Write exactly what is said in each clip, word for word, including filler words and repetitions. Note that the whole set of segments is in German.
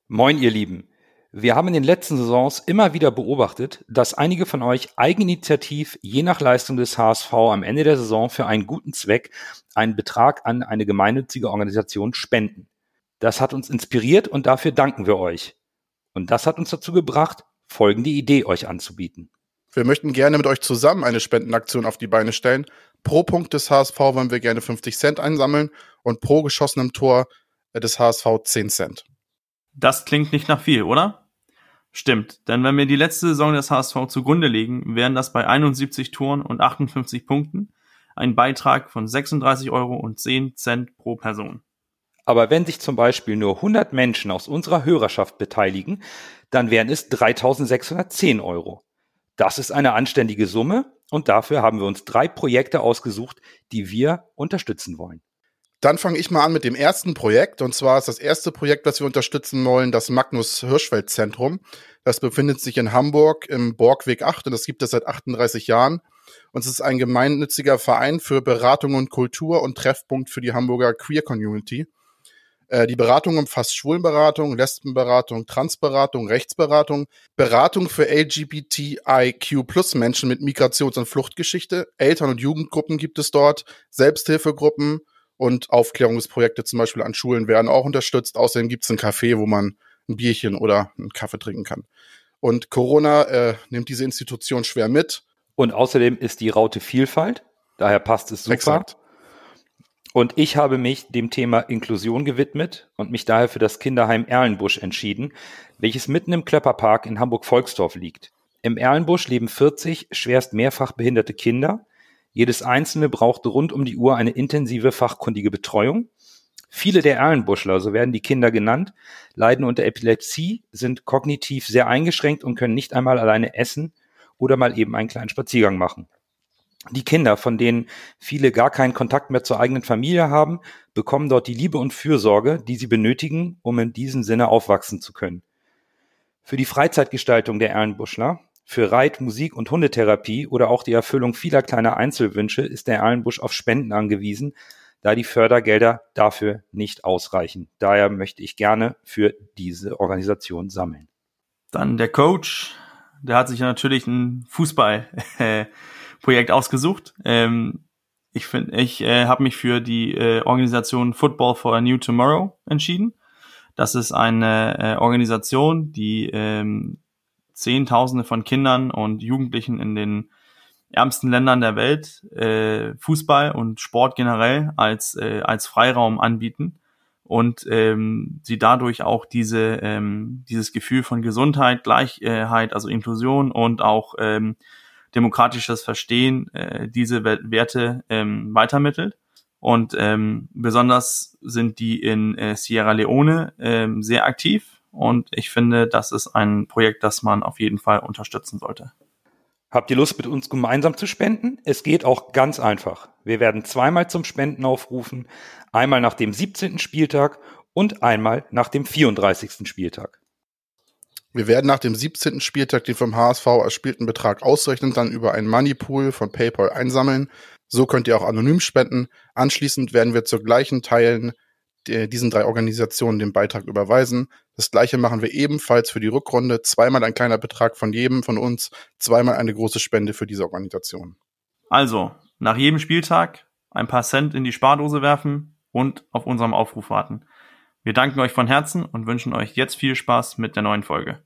Moin, ihr Lieben. Wir haben in den letzten Saisons immer wieder beobachtet, dass einige von euch eigeninitiativ je nach Leistung des H S V am Ende der Saison für einen guten Zweck einen Betrag an eine gemeinnützige Organisation spenden. Das hat uns inspiriert und dafür danken wir euch. Und das hat uns dazu gebracht, folgende Idee euch anzubieten. Wir möchten gerne mit euch zusammen eine Spendenaktion auf die Beine stellen. Pro Punkt des H S V wollen wir gerne fünfzig Cent einsammeln und pro geschossenem Tor des H S V zehn Cent. Das klingt nicht nach viel, oder? Stimmt, denn wenn wir die letzte Saison des H S V zugrunde legen, wären das bei einundsiebzig Toren und achtundfünfzig Punkten ein Beitrag von sechsunddreißig Euro und zehn Cent pro Person. Aber wenn sich zum Beispiel nur hundert Menschen aus unserer Hörerschaft beteiligen, dann wären es dreitausendsechshundertzehn Euro. Das ist eine anständige Summe und dafür haben wir uns drei Projekte ausgesucht, die wir unterstützen wollen. Dann fange ich mal an mit dem ersten Projekt. Und zwar ist das erste Projekt, das wir unterstützen wollen, das Magnus-Hirschfeld-Zentrum. Das befindet sich in Hamburg im Borgweg acht und das gibt es seit achtunddreißig Jahren. Und es ist ein gemeinnütziger Verein für Beratung und Kultur und Treffpunkt für die Hamburger Queer-Community. Äh, die Beratung umfasst Schwulenberatung, Lesbenberatung, Transberatung, Rechtsberatung, Beratung für L G B T I Q Plus Menschen mit Migrations- und Fluchtgeschichte. Eltern- und Jugendgruppen gibt es dort, Selbsthilfegruppen, und Aufklärungsprojekte zum Beispiel an Schulen werden auch unterstützt. Außerdem gibt es ein Café, wo man ein Bierchen oder einen Kaffee trinken kann. Und Corona äh, nimmt diese Institution schwer mit. Und außerdem ist die Raute Vielfalt, daher passt es super. Exakt. Und ich habe mich dem Thema Inklusion gewidmet und mich daher für das Kinderheim Erlenbusch entschieden, welches mitten im Klepperpark in Hamburg-Volksdorf liegt. Im Erlenbusch leben vierzig schwerst mehrfach behinderte Kinder. Jedes einzelne braucht rund um die Uhr eine intensive fachkundige Betreuung. Viele der Erlenbuschler, so werden die Kinder genannt, leiden unter Epilepsie, sind kognitiv sehr eingeschränkt und können nicht einmal alleine essen oder mal eben einen kleinen Spaziergang machen. Die Kinder, von denen viele gar keinen Kontakt mehr zur eigenen Familie haben, bekommen dort die Liebe und Fürsorge, die sie benötigen, um in diesem Sinne aufwachsen zu können. Für die Freizeitgestaltung der Erlenbuschler, für Reit-, Musik- und Hundetherapie oder auch die Erfüllung vieler kleiner Einzelwünsche ist der Erlenbusch auf Spenden angewiesen, da die Fördergelder dafür nicht ausreichen. Daher möchte ich gerne für diese Organisation sammeln. Dann der Coach, der hat sich natürlich ein Fußballprojekt ausgesucht. Ähm, ich finde, ich äh, habe mich für die äh, Organisation Football for a New Tomorrow entschieden. Das ist eine äh, Organisation, die ähm, Zehntausende von Kindern und Jugendlichen in den ärmsten Ländern der Welt äh, Fußball und Sport generell als äh, als Freiraum anbieten und ähm, sie dadurch auch diese ähm, dieses Gefühl von Gesundheit, Gleichheit, also Inklusion und auch ähm, demokratisches Verstehen äh, diese Werte ähm, weitermittelt. Und ähm, besonders sind die in äh, Sierra Leone ähm, sehr aktiv. Und ich finde, das ist ein Projekt, das man auf jeden Fall unterstützen sollte. Habt ihr Lust, mit uns gemeinsam zu spenden? Es geht auch ganz einfach. Wir werden zweimal zum Spenden aufrufen, einmal nach dem siebzehnten Spieltag und einmal nach dem vierunddreißigsten Spieltag. Wir werden nach dem siebzehnten Spieltag den vom H S V erspielten Betrag ausrechnen, dann über einen Moneypool von PayPal einsammeln. So könnt ihr auch anonym spenden. Anschließend werden wir zu gleichen Teilen diesen drei Organisationen den Beitrag überweisen. Das Gleiche machen wir ebenfalls für die Rückrunde. Zweimal ein kleiner Betrag von jedem von uns, zweimal eine große Spende für diese Organisation. Also, nach jedem Spieltag ein paar Cent in die Spardose werfen und auf unserem Aufruf warten. Wir danken euch von Herzen und wünschen euch jetzt viel Spaß mit der neuen Folge.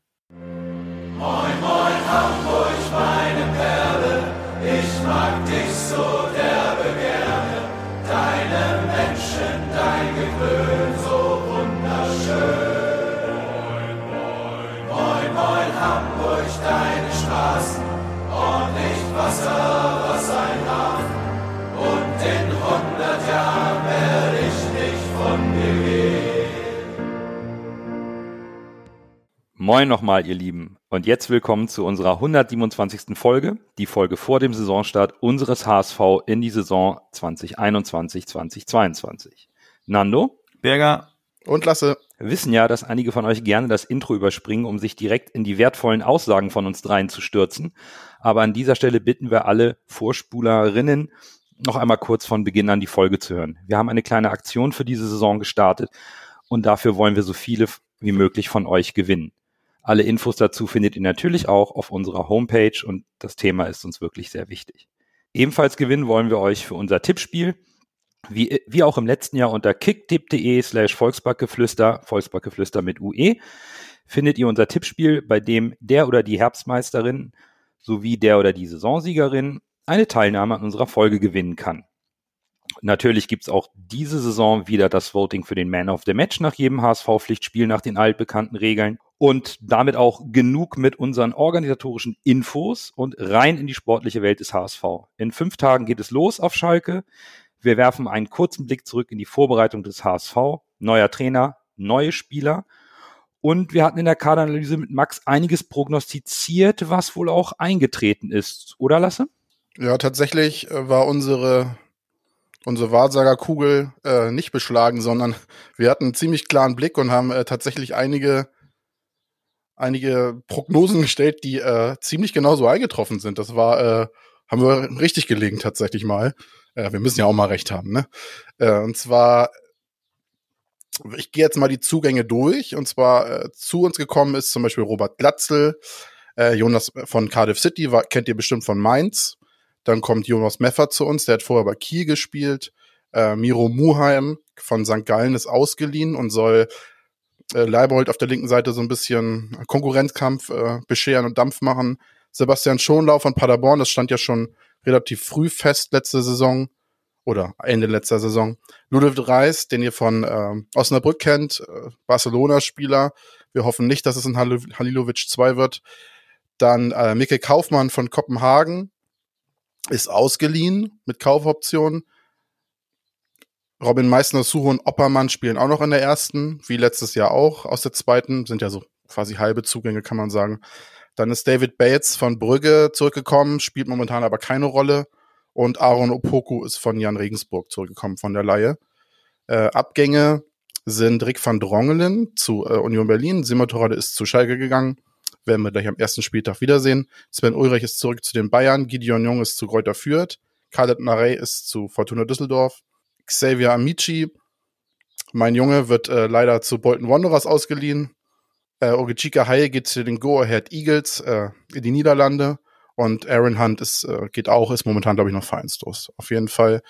Moin, moin, Hamburg, meine Perle, ich mag dich so derbe gerne. Deine Menschen, dein Gewöhn, so wunderschön. Moin, moin, moin, moin, Hamburg, deine Straßen, ordentlich Wasser, was ein Hafen. Und in hundert Jahren werde ich nicht von dir gehen. Moin nochmal, ihr Lieben. Und jetzt willkommen zu unserer hundertsiebenundzwanzigsten Folge, die Folge vor dem Saisonstart unseres H S V in die Saison zwanzig einundzwanzig zwanzig zweiundzwanzig. Nando, Berger und Lasse wissen ja, dass einige von euch gerne das Intro überspringen, um sich direkt in die wertvollen Aussagen von uns dreien zu stürzen. Aber an dieser Stelle bitten wir alle Vorspulerinnen, noch einmal kurz von Beginn an die Folge zu hören. Wir haben eine kleine Aktion für diese Saison gestartet und dafür wollen wir so viele wie möglich von euch gewinnen. Alle Infos dazu findet ihr natürlich auch auf unserer Homepage und das Thema ist uns wirklich sehr wichtig. Ebenfalls gewinnen wollen wir euch für unser Tippspiel, wie, wie auch im letzten Jahr unter kicktipp.de slash Volksbackgeflüster, Volksbackgeflüster mit U E, findet ihr unser Tippspiel, bei dem der oder die Herbstmeisterin sowie der oder die Saisonsiegerin eine Teilnahme an unserer Folge gewinnen kann. Natürlich gibt's auch diese Saison wieder das Voting für den Man of the Match nach jedem H S V-Pflichtspiel nach den altbekannten Regeln. Und damit auch genug mit unseren organisatorischen Infos und rein in die sportliche Welt des H S V. In fünf Tagen geht es los auf Schalke. Wir werfen einen kurzen Blick zurück in die Vorbereitung des H S V. Neuer Trainer, neue Spieler. Und wir hatten in der Kaderanalyse mit Max einiges prognostiziert, was wohl auch eingetreten ist. Oder, Lasse? Ja, tatsächlich war unsere, unsere Wahrsagerkugel äh, nicht beschlagen, sondern wir hatten einen ziemlich klaren Blick und haben äh, tatsächlich einige, einige Prognosen gestellt, die äh, ziemlich genau so eingetroffen sind. Das war, äh, haben wir richtig gelegen tatsächlich mal. Äh, wir müssen ja auch mal recht haben, ne? Äh, und zwar, ich gehe jetzt mal die Zugänge durch. Und zwar äh, zu uns gekommen ist zum Beispiel Robert Glatzel, äh, Jonas von Cardiff City, war, kennt ihr bestimmt von Mainz. Dann kommt Jonas Meffert zu uns, der hat vorher bei Kiel gespielt. Äh, Miro Muheim von Sankt Gallen ist ausgeliehen und soll äh, Leibold auf der linken Seite so ein bisschen Konkurrenzkampf äh, bescheren und Dampf machen. Sebastian Schonlau von Paderborn, das stand ja schon relativ früh fest letzte Saison oder Ende letzter Saison. Ludovic Reis, den ihr von äh, Osnabrück kennt, äh, Barcelona-Spieler. Wir hoffen nicht, dass es ein Hal- Halilovic zwei wird. Dann äh, Mikkel Kaufmann von Kopenhagen ist ausgeliehen mit Kaufoption. Robin Meissner, Suho und Oppermann spielen auch noch in der ersten, wie letztes Jahr auch aus der zweiten. Sind ja so quasi halbe Zugänge, kann man sagen. Dann ist David Bates von Brügge zurückgekommen, spielt momentan aber keine Rolle. Und Aaron Opoku ist von Jan Regensburg zurückgekommen von der Leihe. Äh, Abgänge sind Rick van Drongelen zu äh, Union Berlin. Simon Terodde ist zu Schalke gegangen. Werden wir gleich am ersten Spieltag wiedersehen. Sven Ulreich ist zurück zu den Bayern. Gideon Jung ist zu Greuther Fürth. Khaled Narey ist zu Fortuna Düsseldorf. Xavier Amici, mein Junge, wird äh, leider zu Bolton Wanderers ausgeliehen. Äh, Ogechika Haye geht zu den Go Ahead Eagles äh, in die Niederlande. Und Aaron Hunt ist, äh, geht auch, ist momentan, glaube ich, noch vereinslos. Auf jeden Fall,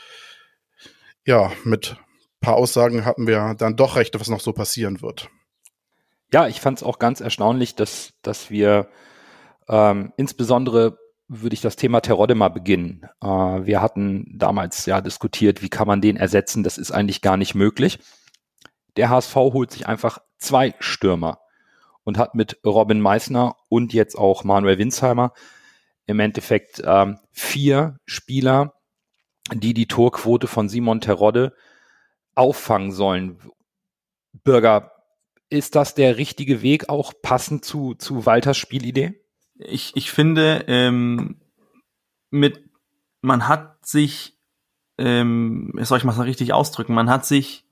ja, mit ein paar Aussagen hatten wir dann doch recht, was noch so passieren wird. Ja, ich fand es auch ganz erstaunlich, dass, dass wir ähm, insbesondere würde ich das Thema Terodde mal beginnen. Äh, wir hatten damals ja diskutiert, wie kann man den ersetzen? Das ist eigentlich gar nicht möglich. Der H S V holt sich einfach zwei Stürmer und hat mit Robin Meissner und jetzt auch Manuel Winsheimer im Endeffekt ähm, vier Spieler, die die Torquote von Simon Terodde auffangen sollen. Bürger, ist das der richtige Weg, auch passend zu, zu Walters Spielidee? Ich, ich finde, ähm, mit, man hat sich, ähm, soll ich mal so richtig ausdrücken, man hat sich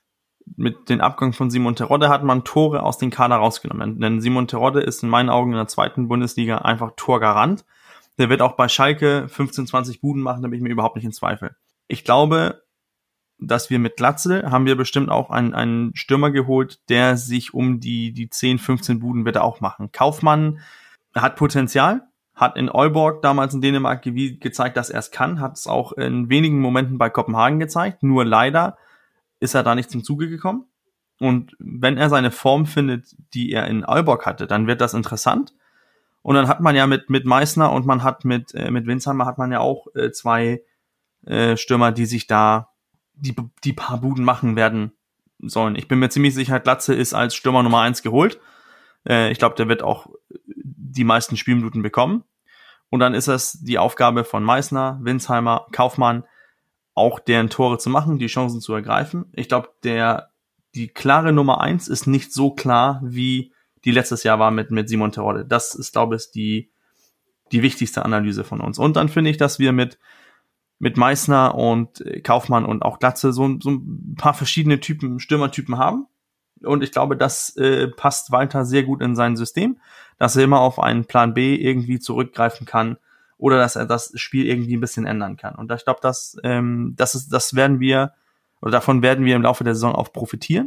mit dem Abgang von Simon Terodde hat man Tore aus dem Kader rausgenommen. Denn Simon Terodde ist in meinen Augen in der zweiten Bundesliga einfach Torgarant. Der wird auch bei Schalke fünfzehn, zwanzig Buden machen, da bin ich mir überhaupt nicht in Zweifel. Ich glaube, dass wir mit Glatzel haben wir bestimmt auch einen, einen Stürmer geholt, der sich um die, die zehn, fünfzehn Buden wird er auch machen. Kaufmann hat Potenzial, hat in Aalborg damals in Dänemark ge- gezeigt, dass er es kann, hat es auch in wenigen Momenten bei Kopenhagen gezeigt, nur leider ist er da nicht zum Zuge gekommen. Und wenn er seine Form findet, die er in Aalborg hatte, dann wird das interessant. Und dann hat man ja mit, mit Meissner und man hat mit, äh, mit Winsheimer hat man ja auch äh, zwei äh, Stürmer, die sich da die, die paar Buden machen werden sollen. Ich bin mir ziemlich sicher, Glatze ist als Stürmer Nummer eins geholt. Äh, ich glaube, der wird auch die meisten Spielminuten bekommen. Und dann ist es die Aufgabe von Meissner, Winsheimer, Kaufmann, auch deren Tore zu machen, die Chancen zu ergreifen. Ich glaube, der die klare Nummer eins ist nicht so klar, wie die letztes Jahr war mit, mit Simon Terodde. Das ist, glaube ich, die, die wichtigste Analyse von uns. Und dann finde ich, dass wir mit mit Meissner und Kaufmann und auch Glatze so, so ein paar verschiedene Typen, Stürmertypen haben. Und ich glaube, das äh, passt Walter sehr gut in sein System, dass er immer auf einen Plan B irgendwie zurückgreifen kann oder dass er das Spiel irgendwie ein bisschen ändern kann. Und ich glaube, das, ähm, das ist, das werden wir, oder davon werden wir im Laufe der Saison auch profitieren.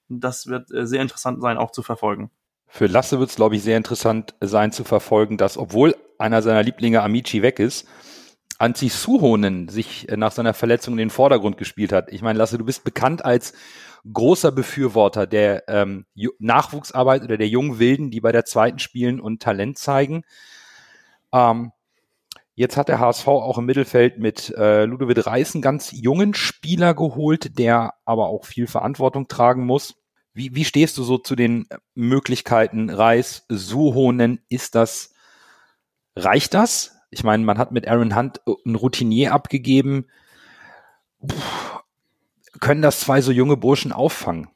das wird äh, sehr interessant sein, auch zu verfolgen. Für Lasse wird es, glaube ich, sehr interessant sein zu verfolgen, dass, obwohl einer seiner Lieblinge Amici weg ist, Antti Suhonen sich nach seiner Verletzung in den Vordergrund gespielt hat. Ich meine, Lasse, du bist bekannt als großer Befürworter der ähm, Nachwuchsarbeit oder der jungen Wilden, die bei der zweiten spielen und Talent zeigen. Ähm, jetzt hat der H S V auch im Mittelfeld mit äh, Ludovic Reis einen ganz jungen Spieler geholt, der aber auch viel Verantwortung tragen muss. Wie, wie stehst du so zu den Möglichkeiten Reis, Suhonen? Ist das, reicht das? Ich meine, man hat mit Aaron Hunt einen Routinier abgegeben. Puh, können das zwei so junge Burschen auffangen?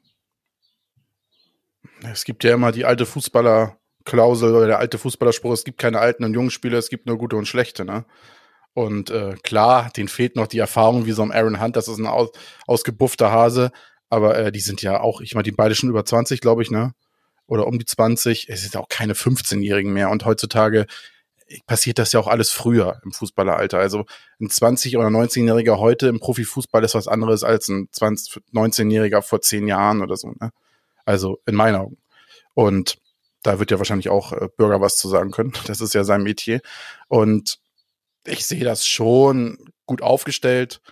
Es gibt ja immer die alte Fußballerklausel oder der alte Fußballerspruch, es gibt keine alten und jungen Spieler, es gibt nur gute und schlechte, ne? Und äh, klar, denen fehlt noch die Erfahrung wie so ein Aaron Hunt, das ist ein aus, ausgebuffter Hase. Aber äh, die sind ja auch, ich meine, die beide schon über zwanzig, glaube ich, ne? Oder um die zwanzig. Es sind auch keine fünfzehnjährigen mehr. Und heutzutage passiert das ja auch alles früher im Fußballeralter. Also ein zwanzig- oder neunzehnjähriger heute im Profifußball ist was anderes als ein zwanzig-, neunzehnjähriger vor zehn Jahren oder so, ne? Also in meinen Augen. Und da wird ja wahrscheinlich auch äh, Bürger was zu sagen können. Das ist ja sein Metier. Und ich sehe das schon gut aufgestellt.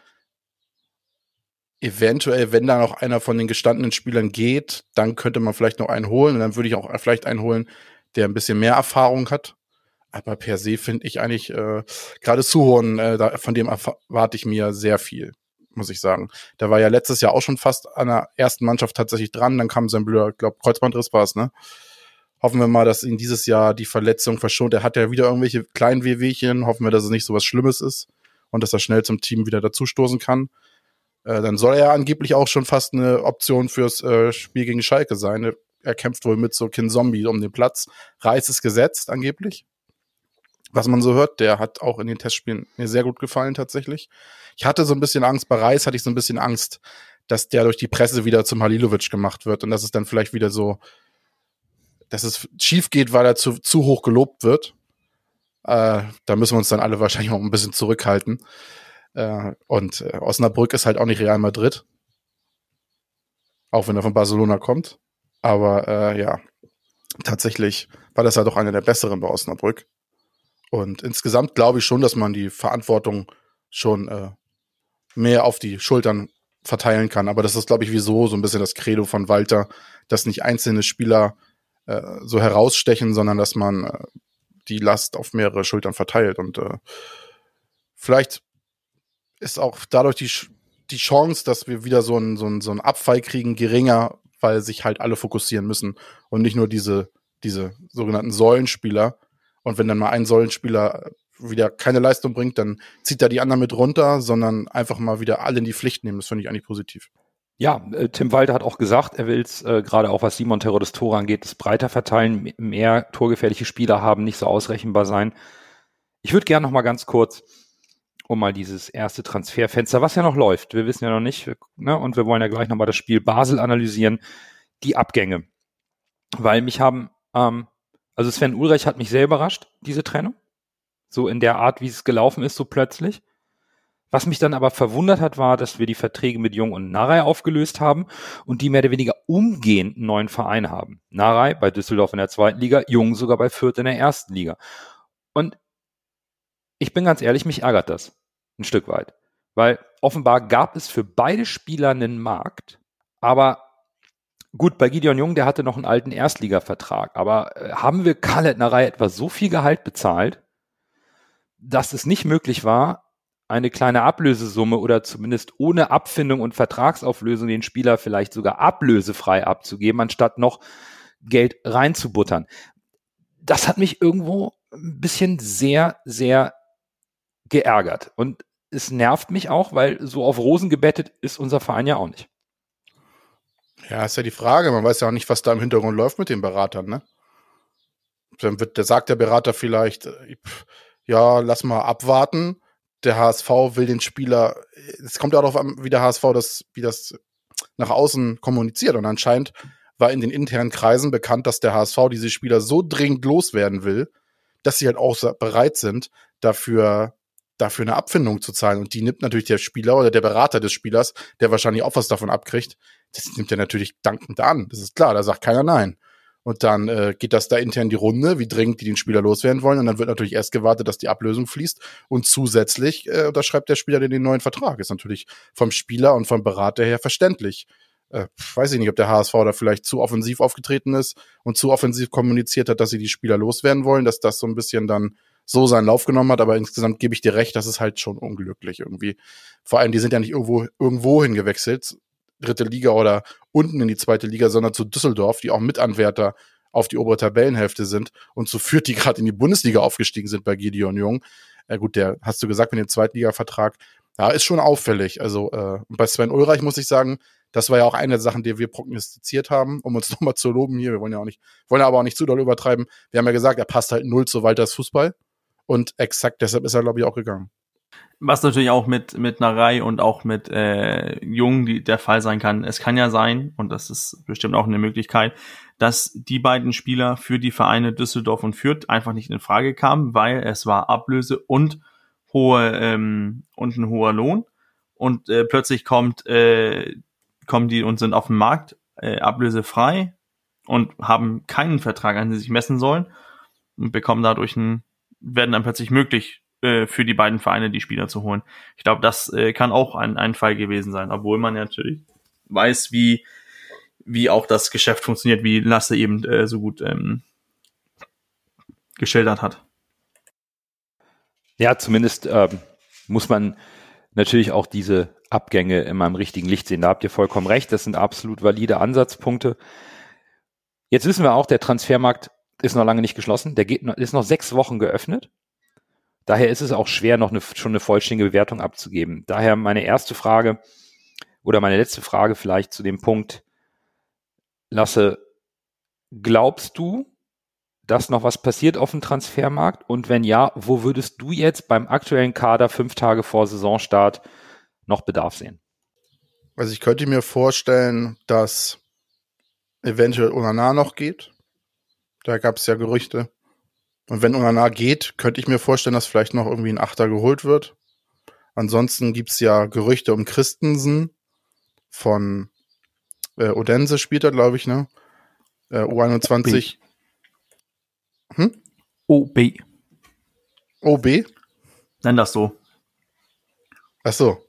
Eventuell, wenn da noch einer von den gestandenen Spielern geht, dann könnte man vielleicht noch einen holen. Und dann würde ich auch vielleicht einen holen, der ein bisschen mehr Erfahrung hat. Aber per se finde ich eigentlich, äh, gerade Suhonen, äh, da, von dem erwarte ich mir sehr viel, muss ich sagen. Der war ja letztes Jahr auch schon fast an der ersten Mannschaft tatsächlich dran. Dann kam sein Bruder, ich glaube, Kreuzbandriss war es, ne? Hoffen wir mal, dass ihn dieses Jahr die Verletzung verschont. Er hat ja wieder irgendwelche kleinen Wehwehchen. Hoffen wir, dass es nicht so was Schlimmes ist und dass er schnell zum Team wieder dazustoßen kann. Äh, dann soll er ja angeblich auch schon fast eine Option fürs äh, Spiel gegen Schalke sein. Er kämpft wohl mit so Kinzombie um den Platz. Reis ist gesetzt, angeblich. Was man so hört, der hat auch in den Testspielen mir sehr gut gefallen tatsächlich. Ich hatte so ein bisschen Angst, bei Reis hatte ich so ein bisschen Angst, dass der durch die Presse wieder zum Halilovic gemacht wird und dass es dann vielleicht wieder so, dass es schief geht, weil er zu, zu hoch gelobt wird. Äh, da müssen wir uns dann alle wahrscheinlich auch ein bisschen zurückhalten. Äh, und äh, Osnabrück ist halt auch nicht Real Madrid. Auch wenn er von Barcelona kommt. Aber äh, ja, tatsächlich war das ja doch einer der besseren bei Osnabrück. Und insgesamt glaube ich schon, dass man die Verantwortung schon äh, mehr auf die Schultern verteilen kann. Aber das ist, glaube ich, wieso so ein bisschen das Credo von Walter, dass nicht einzelne Spieler äh, so herausstechen, sondern dass man äh, die Last auf mehrere Schultern verteilt. Und äh, vielleicht ist auch dadurch die, die Chance, dass wir wieder so einen so einen, so einen Abfall kriegen, geringer, weil sich halt alle fokussieren müssen und nicht nur diese, diese sogenannten Säulenspieler. Und wenn dann mal ein Säulenspieler wieder keine Leistung bringt, dann zieht er die anderen mit runter, sondern einfach mal wieder alle in die Pflicht nehmen. Das finde ich eigentlich positiv. Ja, äh, Tim Walter hat auch gesagt, er will es äh, gerade auch, was Simon Terodde das Tore angeht, es breiter verteilen, mehr torgefährliche Spieler haben, nicht so ausrechenbar sein. Ich würde gerne noch mal ganz kurz um mal dieses erste Transferfenster, was ja noch läuft. Wir wissen ja noch nicht, ne, und wir wollen ja gleich nochmal das Spiel Basel analysieren, die Abgänge. Weil mich haben, ähm, also Sven Ulreich hat mich sehr überrascht, diese Trennung. So in der Art, wie es gelaufen ist, so plötzlich. Was mich dann aber verwundert hat, war, dass wir die Verträge mit Jung und Narei aufgelöst haben und die mehr oder weniger umgehend einen neuen Verein haben. Narei bei Düsseldorf in der zweiten Liga, Jung sogar bei Fürth in der ersten Liga. Und ich bin ganz ehrlich, mich ärgert das ein Stück weit. Weil offenbar gab es für beide Spieler einen Markt, aber gut, bei Gideon Jung, der hatte noch einen alten Erstligavertrag, aber äh, haben wir Khaled Narei etwa so viel Gehalt bezahlt, dass es nicht möglich war, eine kleine Ablösesumme oder zumindest ohne Abfindung und Vertragsauflösung den Spieler vielleicht sogar ablösefrei abzugeben, anstatt noch Geld reinzubuttern. Das hat mich irgendwo ein bisschen sehr, sehr geärgert. Und es nervt mich auch, weil so auf Rosen gebettet ist unser Verein ja auch nicht. Ja, ist ja die Frage. Man weiß ja auch nicht, was da im Hintergrund läuft mit den Beratern, ne? Dann wird, da sagt der Berater vielleicht, ja, lass mal abwarten. Der H S V will den Spieler, es kommt ja auch darauf an, wie der H S V das, wie das nach außen kommuniziert. Und anscheinend war in den internen Kreisen bekannt, dass der H S V diese Spieler so dringend loswerden will, dass sie halt auch bereit sind, dafür, dafür eine Abfindung zu zahlen. Und die nimmt natürlich der Spieler oder der Berater des Spielers, der wahrscheinlich auch was davon abkriegt, das nimmt er natürlich dankend an. Das ist klar, da sagt keiner nein. Und dann äh, geht das da intern die Runde, wie dringend die den Spieler loswerden wollen. Und dann wird natürlich erst gewartet, dass die Ablösung fließt. Und zusätzlich äh, unterschreibt der Spieler den neuen Vertrag. Ist natürlich vom Spieler und vom Berater her verständlich. Äh, weiß ich nicht, ob der H S V da vielleicht zu offensiv aufgetreten ist und zu offensiv kommuniziert hat, dass sie die Spieler loswerden wollen, dass das so ein bisschen dann so seinen Lauf genommen hat. Aber insgesamt gebe ich dir recht, das ist halt schon unglücklich irgendwie. Vor allem, die sind ja nicht irgendwo, irgendwo hingewechselt, dritte Liga oder unten in die zweite Liga, sondern zu Düsseldorf, die auch Mitanwärter auf die obere Tabellenhälfte sind und zu Fürth, die gerade in die Bundesliga aufgestiegen sind bei Gideon Jung. Äh, gut, der, hast du gesagt, mit dem Zweitliga-Vertrag, ja, ist schon auffällig. Also äh, bei Sven Ulreich muss ich sagen, das war ja auch eine der Sachen, die wir prognostiziert haben, um uns nochmal zu loben hier. Wir wollen ja auch nicht, wollen ja aber auch nicht zu doll übertreiben. Wir haben ja gesagt, er passt halt null zu Walters Fußball und exakt deshalb ist er, glaube ich, auch gegangen. Was natürlich auch mit mit Narei und auch mit äh, Jung die, der Fall sein kann. Es kann ja sein, und das ist bestimmt auch eine Möglichkeit, dass die beiden Spieler für die Vereine Düsseldorf und Fürth einfach nicht in Frage kamen, weil es war Ablöse und hohe ähm, und ein hoher Lohn. Und äh, plötzlich kommt äh, kommen die und sind auf dem Markt äh, ablösefrei und haben keinen Vertrag, an den sie sich messen sollen und bekommen dadurch einen, werden dann plötzlich möglich, für die beiden Vereine die Spieler zu holen. Ich glaube, das äh, kann auch ein, ein Fall gewesen sein, obwohl man ja natürlich weiß, wie wie auch das Geschäft funktioniert, wie Lasse eben äh, so gut ähm, geschildert hat. Ja, zumindest ähm, muss man natürlich auch diese Abgänge in meinem richtigen Licht sehen. Da habt ihr vollkommen recht, das sind absolut valide Ansatzpunkte. Jetzt wissen wir auch, der Transfermarkt ist noch lange nicht geschlossen, der geht noch, ist noch sechs Wochen geöffnet. Daher ist es auch schwer, noch eine, schon eine vollständige Bewertung abzugeben. Daher meine erste Frage oder meine letzte Frage vielleicht zu dem Punkt, Lasse, glaubst du, dass noch was passiert auf dem Transfermarkt? Und wenn ja, wo würdest du jetzt beim aktuellen Kader fünf Tage vor Saisonstart noch Bedarf sehen? Also ich könnte mir vorstellen, dass eventuell Onana noch geht. Da gab es ja Gerüchte. Und wenn Onana geht, könnte ich mir vorstellen, dass vielleicht noch irgendwie ein Achter geholt wird. Ansonsten gibt's ja Gerüchte um Christensen von äh, Odense spielt er, glaube ich, ne? Äh, U einundzwanzig. Hm? O B. O B? Nenn das so. Ach so.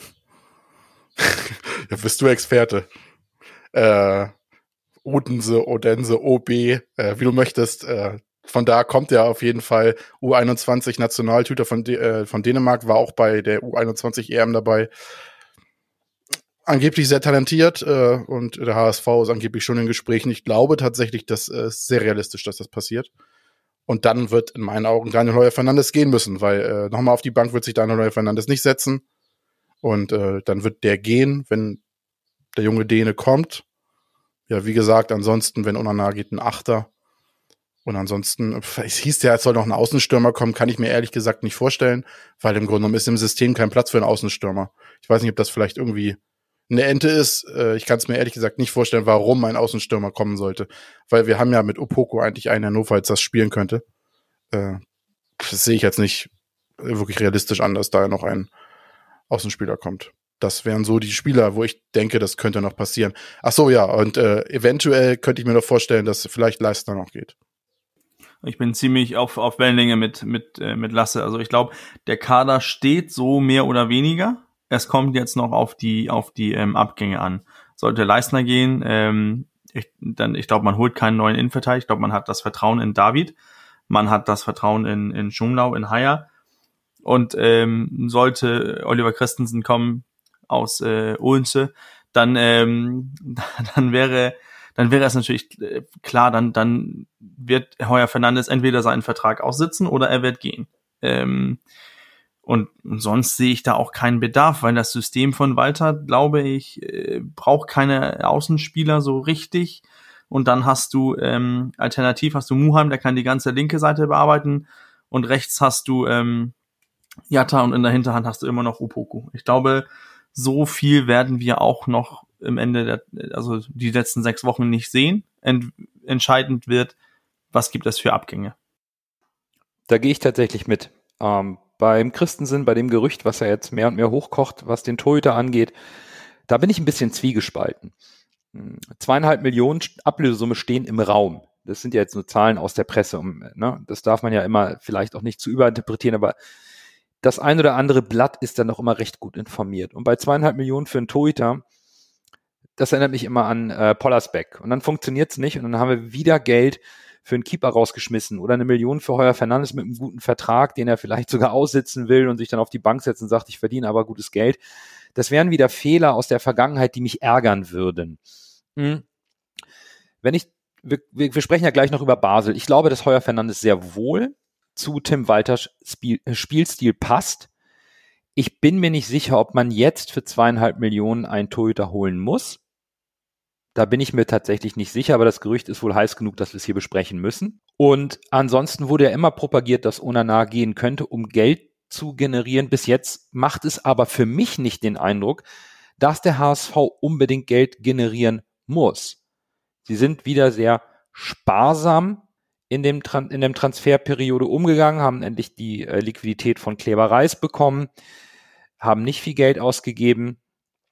Ja, bist du Experte. Äh, Odense, Odense, O B, äh, wie du möchtest, äh, von da kommt ja auf jeden Fall U einundzwanzig Nationaltüter von, äh, von Dänemark, war auch bei der U einundzwanzig E M dabei. Angeblich sehr talentiert äh, und der H S V ist angeblich schon in Gesprächen. Ich glaube tatsächlich, dass es äh, sehr realistisch, dass das passiert. Und dann wird in meinen Augen Daniel Heuer Fernandes gehen müssen, weil äh, nochmal auf die Bank wird sich Daniel Heuer Fernandes nicht setzen. Und äh, dann wird der gehen, wenn der junge Däne kommt. Ja, wie gesagt, ansonsten, wenn Onana geht, ein Achter. Und ansonsten, es hieß ja, es soll noch ein Außenstürmer kommen, kann ich mir ehrlich gesagt nicht vorstellen, weil im Grunde genommen ist im System kein Platz für einen Außenstürmer. Ich weiß nicht, ob das vielleicht irgendwie eine Ente ist. Ich kann es mir ehrlich gesagt nicht vorstellen, warum ein Außenstürmer kommen sollte. Weil wir haben ja mit Opoko eigentlich einen Hannover, als das spielen könnte. Das sehe ich jetzt nicht wirklich realistisch an, dass da noch ein Außenspieler kommt. Das wären so die Spieler, wo ich denke, das könnte noch passieren. Ach so, ja, und äh, eventuell könnte ich mir noch vorstellen, dass vielleicht Leistner noch geht. Ich bin ziemlich auf, auf Wellenlänge mit, mit, äh, mit Lasse. Also ich glaube, der Kader steht so mehr oder weniger. Es kommt jetzt noch auf die, auf die ähm, Abgänge an. Sollte Leistner gehen, ähm, ich, dann, ich glaube, man holt keinen neuen Innenverteidiger. Ich glaube, man hat das Vertrauen in David. Man hat das Vertrauen in, in Schumlau, in Haier. Und ähm, sollte Oliver Christensen kommen aus äh, Odense, dann, ähm, dann wäre dann wäre es natürlich äh, klar, dann, dann wird Heuer Fernandes entweder seinen Vertrag aussitzen oder er wird gehen. Ähm, und sonst sehe ich da auch keinen Bedarf, weil das System von Walter, glaube ich, äh, braucht keine Außenspieler so richtig. Und dann hast du ähm, alternativ hast du Muheim, der kann die ganze linke Seite bearbeiten, und rechts hast du ähm, Jatta und in der Hinterhand hast du immer noch Opoku. Ich glaube, so viel werden wir auch noch im Ende der, also die letzten sechs Wochen nicht sehen. Ent, entscheidend wird, was gibt es für Abgänge. Da gehe ich tatsächlich mit. Ähm, beim Christensen, bei dem Gerücht, was ja jetzt mehr und mehr hochkocht, was den Torhüter angeht, da bin ich ein bisschen zwiegespalten. Zweieinhalb Millionen Ablösesumme stehen im Raum. Das sind ja jetzt nur Zahlen aus der Presse. Um, ne? Das darf man ja immer vielleicht auch nicht zu überinterpretieren, aber das ein oder andere Blatt ist dann noch immer recht gut informiert. Und bei zweieinhalb Millionen für einen Torhüter, das erinnert mich immer an äh, Pollersbeck. Und dann funktioniert es nicht und dann haben wir wieder Geld für einen Keeper rausgeschmissen oder eine Million für Heuer Fernandes mit einem guten Vertrag, den er vielleicht sogar aussitzen will und sich dann auf die Bank setzt und sagt, ich verdiene aber gutes Geld. Das wären wieder Fehler aus der Vergangenheit, die mich ärgern würden. Hm. Wenn ich, wir, wir sprechen ja gleich noch über Basel. Ich glaube, dass Heuer Fernandes sehr wohl zu Tim Walters Spiel, Spielstil passt. Ich bin mir nicht sicher, ob man jetzt für zweieinhalb Millionen einen Torhüter holen muss. Da bin ich mir tatsächlich nicht sicher, aber das Gerücht ist wohl heiß genug, dass wir es hier besprechen müssen. Und ansonsten wurde ja immer propagiert, dass Onana gehen könnte, um Geld zu generieren. Bis jetzt macht es aber für mich nicht den Eindruck, dass der H S V unbedingt Geld generieren muss. Sie sind wieder sehr sparsam in dem, Tran- in dem Transferperiode umgegangen, haben endlich die äh, Liquidität von Kleber Reis bekommen, haben nicht viel Geld ausgegeben,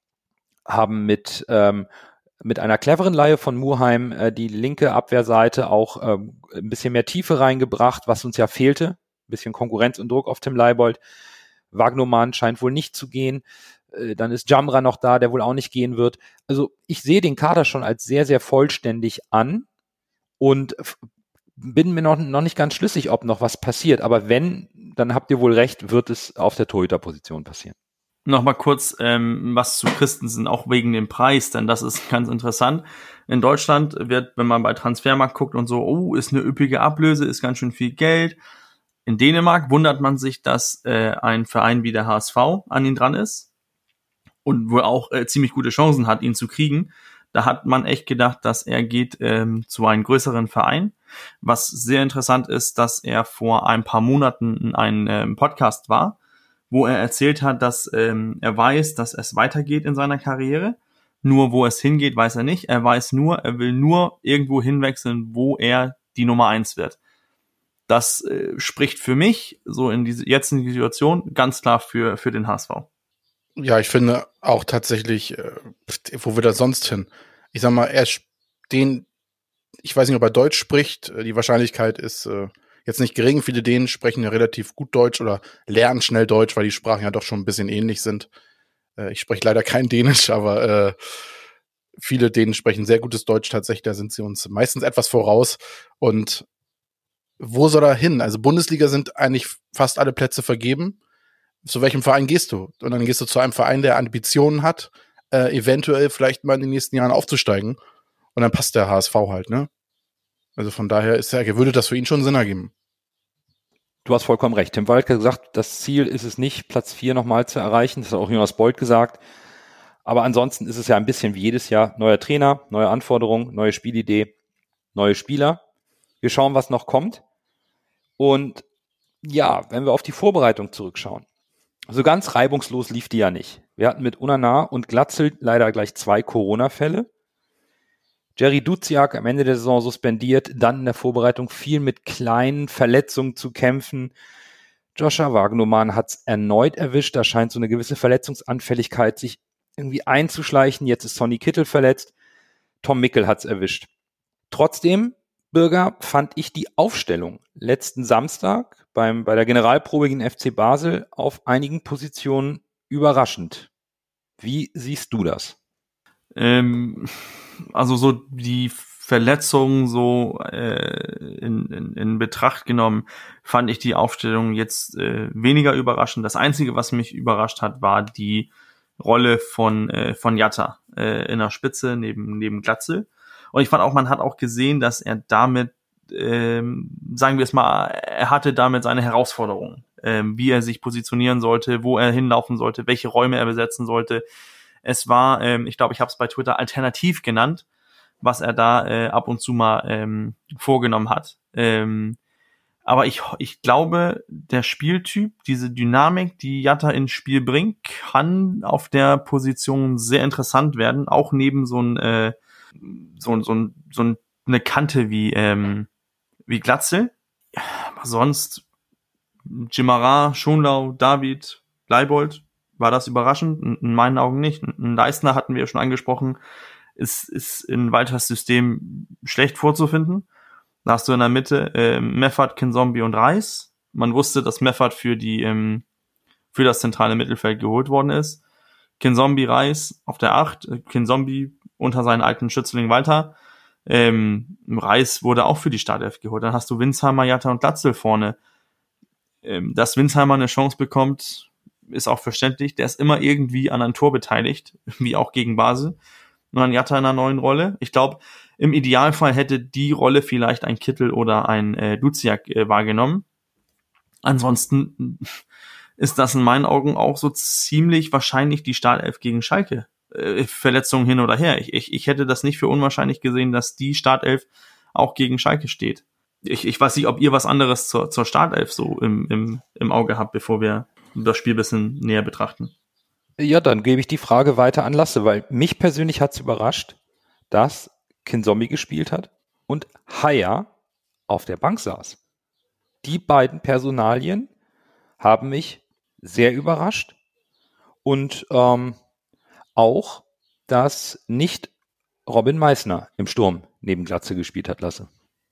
haben mit ähm, mit einer cleveren Leihe von Muheim äh, die linke Abwehrseite auch ähm, ein bisschen mehr Tiefe reingebracht, was uns ja fehlte. Ein bisschen Konkurrenz und Druck auf Tim Leibold. Wagnoman scheint wohl nicht zu gehen. Äh, dann ist Jamra noch da, der wohl auch nicht gehen wird. Also ich sehe den Kader schon als sehr, sehr vollständig an und f- bin mir noch, noch nicht ganz schlüssig, ob noch was passiert. Aber wenn, dann habt ihr wohl recht, wird es auf der Torhüterposition passieren. Nochmal kurz ähm, was zu Christensen, auch wegen dem Preis, denn das ist ganz interessant. In Deutschland wird, wenn man bei Transfermarkt guckt und so, oh, ist eine üppige Ablöse, ist ganz schön viel Geld. In Dänemark wundert man sich, dass äh, ein Verein wie der H S V an ihn dran ist und wohl auch äh, ziemlich gute Chancen hat, ihn zu kriegen. Da hat man echt gedacht, dass er geht ähm, zu einem größeren Verein. Was sehr interessant ist, dass er vor ein paar Monaten in einem ähm, Podcast war, wo er erzählt hat, dass ähm, er weiß, dass es weitergeht in seiner Karriere. Nur wo es hingeht, weiß er nicht. Er weiß nur, er will nur irgendwo hinwechseln, wo er die Nummer eins wird. Das äh, spricht für mich, so in diese jetzigen Situation, ganz klar für für den H S V. Ja, ich finde auch tatsächlich, äh, wo will er sonst hin? Ich sag mal, er den, ich weiß nicht, ob er Deutsch spricht. Die Wahrscheinlichkeit ist äh, jetzt nicht gering. Viele Dänen sprechen ja relativ gut Deutsch oder lernen schnell Deutsch, weil die Sprachen ja doch schon ein bisschen ähnlich sind. Äh, ich spreche leider kein Dänisch, aber äh, viele Dänen sprechen sehr gutes Deutsch tatsächlich. Da sind sie uns meistens etwas voraus. Und wo soll er hin? Also Bundesliga sind eigentlich fast alle Plätze vergeben. Zu welchem Verein gehst du? Und dann gehst du zu einem Verein, der Ambitionen hat, äh, eventuell vielleicht mal in den nächsten Jahren aufzusteigen. Und dann passt der H S V halt, ne? Also von daher ist ja, würde das für ihn schon Sinn ergeben. Du hast vollkommen recht. Tim Walter hat gesagt, das Ziel ist es nicht, Platz vier nochmal zu erreichen. Das hat auch Jonas Bold gesagt. Aber ansonsten ist es ja ein bisschen wie jedes Jahr. Neuer Trainer, neue Anforderungen, neue Spielidee, neue Spieler. Wir schauen, was noch kommt. Und ja, wenn wir auf die Vorbereitung zurückschauen. So ganz reibungslos lief die ja nicht. Wir hatten mit Onana und Glatzel leider gleich zwei Corona-Fälle. Jerry Duziak am Ende der Saison suspendiert, dann in der Vorbereitung viel mit kleinen Verletzungen zu kämpfen. Joshua Wagnoman hat es erneut erwischt, da scheint so eine gewisse Verletzungsanfälligkeit sich irgendwie einzuschleichen. Jetzt ist Sonny Kittel verletzt, Tom Mickel hat es erwischt. Trotzdem, Bürger, fand ich die Aufstellung letzten Samstag beim, bei der Generalprobe gegen F C Basel auf einigen Positionen überraschend. Wie siehst du das? Ähm, also so die Verletzungen so äh, in, in, in Betracht genommen, fand ich die Aufstellung jetzt äh, weniger überraschend. Das Einzige, was mich überrascht hat, war die Rolle von äh, von Jatta äh, in der Spitze neben neben Glatzel. Und ich fand auch, man hat auch gesehen, dass er damit, ähm, sagen wir es mal, er hatte damit seine Herausforderungen, ähm, wie er sich positionieren sollte, wo er hinlaufen sollte, welche Räume er besetzen sollte. Es war, ähm, ich glaube, ich habe es bei Twitter alternativ genannt, was er da äh, ab und zu mal ähm, vorgenommen hat. Ähm, aber ich, ich glaube, der Spieltyp, diese Dynamik, die Jatta ins Spiel bringt, kann auf der Position sehr interessant werden, auch neben so ein äh, so, so, so eine Kante wie ähm, wie Glatzel. Aber sonst Jimara, Schonlau, David, Leibold, war das überraschend? In meinen Augen nicht. Einen Leistner hatten wir ja schon angesprochen. ist, ist in Walters System schlecht vorzufinden. Da hast du in der Mitte äh, Meffert, Kinzombie und Reis. Man wusste, dass Meffert für die ähm, für das zentrale Mittelfeld geholt worden ist. Kinzombie, Reis auf der acht, Kinzombie unter seinen alten Schützling Walter. Ähm, Reis wurde auch für die Startelf geholt. Dann hast du Winsheimer, Jatta und Glatzel vorne. Ähm, dass Winsheimer eine Chance bekommt, ist auch verständlich. Der ist immer irgendwie an einem Tor beteiligt, wie auch gegen Basel. Und dann Jatta in einer neuen Rolle. Ich glaube, im Idealfall hätte die Rolle vielleicht ein Kittel oder ein äh, Duziak äh, wahrgenommen. Ansonsten ist das in meinen Augen auch so ziemlich wahrscheinlich die Startelf gegen Schalke. Äh, Verletzungen hin oder her. Ich, ich, ich hätte das nicht für unwahrscheinlich gesehen, dass die Startelf auch gegen Schalke steht. Ich, ich weiß nicht, ob ihr was anderes zur, zur Startelf so im, im, im Auge habt, bevor wir das Spiel ein bisschen näher betrachten. Ja, dann gebe ich die Frage weiter an Lasse, weil mich persönlich hat es überrascht, dass Kinzombie gespielt hat und Haya auf der Bank saß. Die beiden Personalien haben mich sehr überrascht und ähm, auch, dass nicht Robin Meissner im Sturm neben Glatze gespielt hat, Lasse.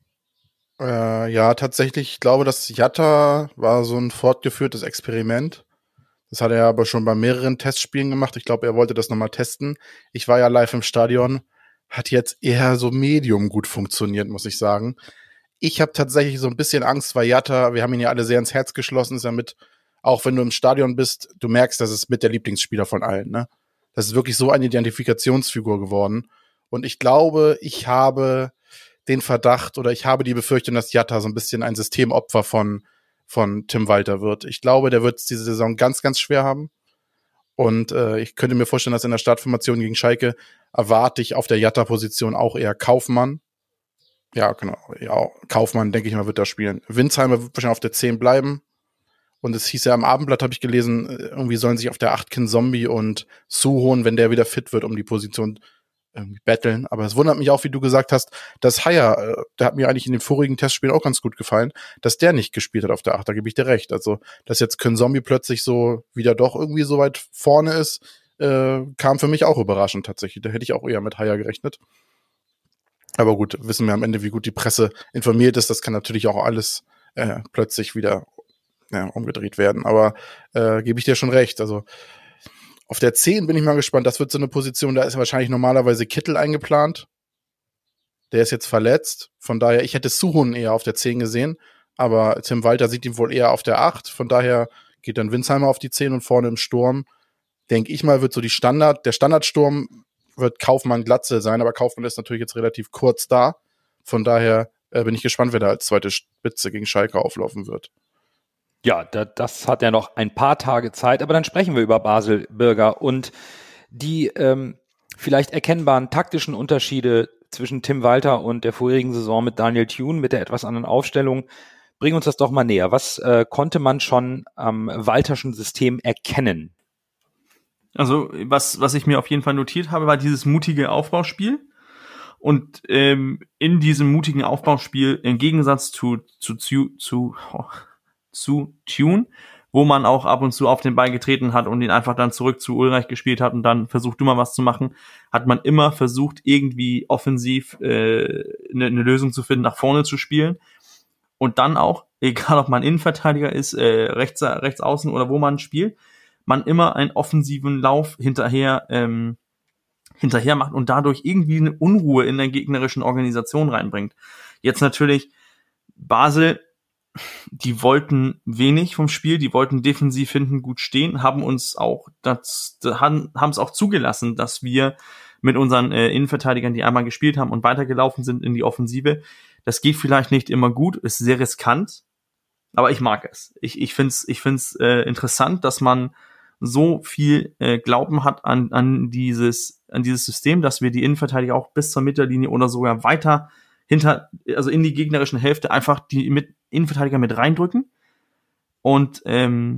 Äh, ja, tatsächlich, ich glaube, das Jatta war so ein fortgeführtes Experiment. Das hat er aber schon bei mehreren Testspielen gemacht. Ich glaube, er wollte das nochmal testen. Ich war ja live im Stadion. Hat jetzt eher so medium gut funktioniert, muss ich sagen. Ich habe tatsächlich so ein bisschen Angst, weil Jatta, wir haben ihn ja alle sehr ins Herz geschlossen, ist ja mit, auch wenn du im Stadion bist, du merkst, das ist mit der Lieblingsspieler von allen, ne? Das ist wirklich so eine Identifikationsfigur geworden. Und ich glaube, ich habe den Verdacht oder ich habe die Befürchtung, dass Jatta so ein bisschen ein Systemopfer von, von Tim Walter wird. Ich glaube, der wird es diese Saison ganz, ganz schwer haben. Und äh, ich könnte mir vorstellen, dass in der Startformation gegen Schalke erwarte ich auf der Jatta-Position auch eher Kaufmann. Ja, genau. Ja, Kaufmann, denke ich mal, wird da spielen. Winsheimer wird wahrscheinlich auf der zehn bleiben. Und es hieß ja am Abendblatt, habe ich gelesen, irgendwie sollen sich auf der acht Kinzombie und Suhon, wenn der wieder fit wird, um die Position irgendwie betteln. Aber es wundert mich auch, wie du gesagt hast, dass Haya, der hat mir eigentlich in den vorigen Testspielen auch ganz gut gefallen, dass der nicht gespielt hat auf der acht, da gebe ich dir recht. Also, dass jetzt Kinzombie plötzlich so wieder doch irgendwie so weit vorne ist, äh, kam für mich auch überraschend tatsächlich. Da hätte ich auch eher mit Haya gerechnet. Aber gut, wissen wir am Ende, wie gut die Presse informiert ist. Das kann natürlich auch alles äh, plötzlich wieder ja, umgedreht werden. Aber äh, gebe ich dir schon recht. Also auf der zehn bin ich mal gespannt. Das wird so eine Position, da ist wahrscheinlich normalerweise Kittel eingeplant. Der ist jetzt verletzt. Von daher, ich hätte Suhun eher auf der zehn gesehen. Aber Tim Walter sieht ihn wohl eher auf der acht. Von daher geht dann Winsheimer auf die zehn und vorne im Sturm, denke ich mal, wird so die Standard, der Standardsturm wird Kaufmann Glatze sein, aber Kaufmann ist natürlich jetzt relativ kurz da. Von daher äh, bin ich gespannt, wer da als zweite Spitze gegen Schalke auflaufen wird. Ja, da, das hat ja noch ein paar Tage Zeit, aber dann sprechen wir über Basel, Birger, und die ähm, vielleicht erkennbaren taktischen Unterschiede zwischen Tim Walter und der vorherigen Saison mit Daniel Thune, mit der etwas anderen Aufstellung. Bring uns das doch mal näher. Was äh, konnte man schon am Walterschen System erkennen? Also was was ich mir auf jeden Fall notiert habe, war dieses mutige Aufbauspiel. Und ähm, in diesem mutigen Aufbauspiel, im Gegensatz zu zu zu zu, oh, zu Thune, wo man auch ab und zu auf den Ball getreten hat und ihn einfach dann zurück zu Ulreich gespielt hat und dann versucht, du mal was zu machen, hat man immer versucht, irgendwie offensiv äh, eine, eine Lösung zu finden, nach vorne zu spielen. Und dann auch, egal ob man Innenverteidiger ist, äh, rechts, rechts außen oder wo man spielt, man immer einen offensiven Lauf hinterher ähm, hinterher macht und dadurch irgendwie eine Unruhe in der gegnerischen Organisation reinbringt. Jetzt natürlich Basel, die wollten wenig vom Spiel, die wollten defensiv hinten gut stehen, haben uns auch das, haben es auch zugelassen, dass wir mit unseren äh, Innenverteidigern, die einmal gespielt haben und weitergelaufen sind in die Offensive. Das geht vielleicht nicht immer gut, ist sehr riskant, aber ich mag es. Ich ich find's ich find's äh, interessant, dass man so viel äh, Glauben hat an an dieses an dieses System, dass wir die Innenverteidiger auch bis zur Mittellinie oder sogar weiter hinter, also in die gegnerischen Hälfte einfach die mit Innenverteidiger mit reindrücken und ähm,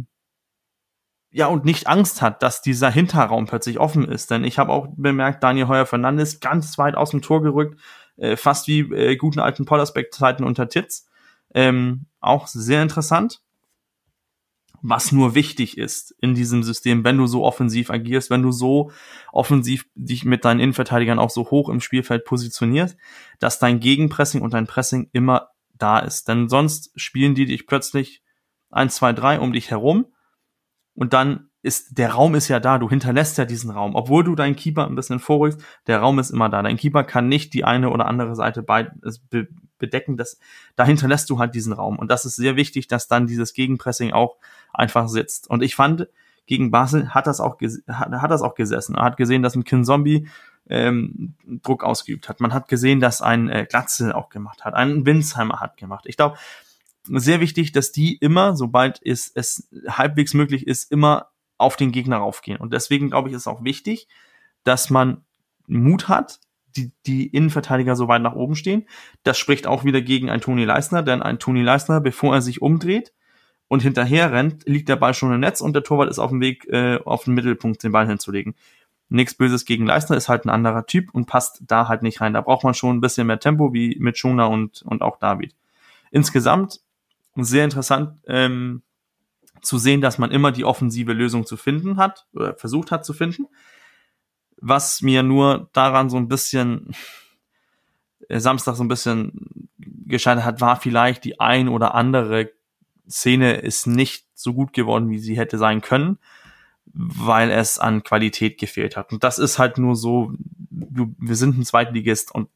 ja und nicht Angst hat, dass dieser Hinterraum plötzlich offen ist. Denn ich habe auch bemerkt, Daniel Heuer-Fernandes ganz weit aus dem Tor gerückt, äh, fast wie äh, guten alten Pollersbeck-Zeiten unter Titz. Ähm, auch sehr interessant. was nur wichtig ist in diesem System, wenn du so offensiv agierst, wenn du so offensiv dich mit deinen Innenverteidigern auch so hoch im Spielfeld positionierst, dass dein Gegenpressing und dein Pressing immer da ist. Denn sonst spielen die dich plötzlich eins, zwei, drei um dich herum und dann ist, der Raum ist ja da, du hinterlässt ja diesen Raum. Obwohl du deinen Keeper ein bisschen vorrückst, der Raum ist immer da. Dein Keeper kann nicht die eine oder andere Seite be- be- bedecken, das, da hinterlässt du halt diesen Raum. Und das ist sehr wichtig, dass dann dieses Gegenpressing auch einfach sitzt. Und ich fand, gegen Basel hat das auch, ges- hat, hat das auch gesessen. Er hat gesehen, dass ein Kinzombie ähm, Druck ausgeübt hat. Man hat gesehen, dass ein äh, Glatzel auch gemacht hat. Ein Winsheimer hat gemacht. Ich glaube, sehr wichtig, dass die immer, sobald es, es halbwegs möglich ist, immer auf den Gegner raufgehen. Und deswegen, glaube ich, ist es auch wichtig, dass man Mut hat, die, die Innenverteidiger so weit nach oben stehen. Das spricht auch wieder gegen einen Toni Leistner, denn ein Toni Leistner, bevor er sich umdreht und hinterher rennt, liegt der Ball schon im Netz und der Torwart ist auf dem Weg, äh, auf den Mittelpunkt den Ball hinzulegen. Nichts Böses gegen Leistner, ist halt ein anderer Typ und passt da halt nicht rein. Da braucht man schon ein bisschen mehr Tempo, wie mit Schoner und, und auch David. Insgesamt sehr interessant, ähm, zu sehen, dass man immer die offensive Lösung zu finden hat oder versucht hat zu finden. Was mir nur daran so ein bisschen äh, Samstag so ein bisschen gescheitert hat, war vielleicht die ein oder andere Szene ist nicht so gut geworden, wie sie hätte sein können, weil es an Qualität gefehlt hat. Und das ist halt nur so, du, wir sind ein Zweitligist und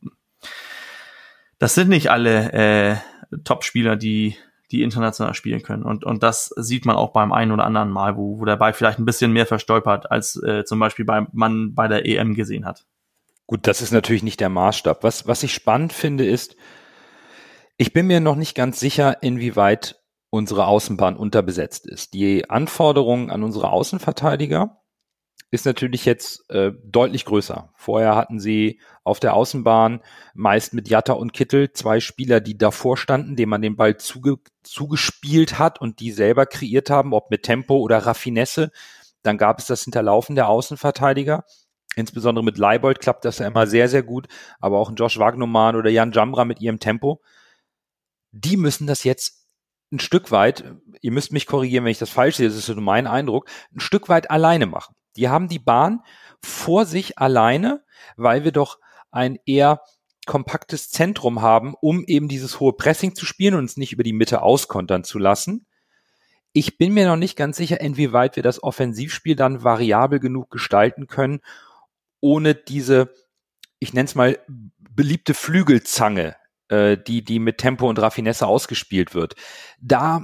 das sind nicht alle äh, Top-Spieler, die die international spielen können. Und und das sieht man auch beim einen oder anderen Mal, wo, wo der Ball vielleicht ein bisschen mehr verstolpert, als äh, zum Beispiel bei, man bei der E M gesehen hat. Gut, das ist natürlich nicht der Maßstab. Was, was ich spannend finde, ist, ich bin mir noch nicht ganz sicher, inwieweit unsere Außenbahn unterbesetzt ist. Die Anforderungen an unsere Außenverteidiger ist natürlich jetzt äh, deutlich größer. Vorher hatten sie auf der Außenbahn meist mit Jatta und Kittel zwei Spieler, die davor standen, denen man den Ball zuge- zugespielt hat und die selber kreiert haben, ob mit Tempo oder Raffinesse. Dann gab es das Hinterlaufen der Außenverteidiger. Insbesondere mit Leibold klappt das ja immer sehr, sehr gut. Aber auch ein Josh Wagnoman oder Jan Jambra mit ihrem Tempo. Die müssen das jetzt ein Stück weit, ihr müsst mich korrigieren, wenn ich das falsch sehe, das ist so mein Eindruck, ein Stück weit alleine machen. Die haben die Bahn vor sich alleine, weil wir doch ein eher kompaktes Zentrum haben, um eben dieses hohe Pressing zu spielen und uns nicht über die Mitte auskontern zu lassen. Ich bin mir noch nicht ganz sicher, inwieweit wir das Offensivspiel dann variabel genug gestalten können, ohne diese, ich nenne es mal, beliebte Flügelzange, äh, die, die mit Tempo und Raffinesse ausgespielt wird. Da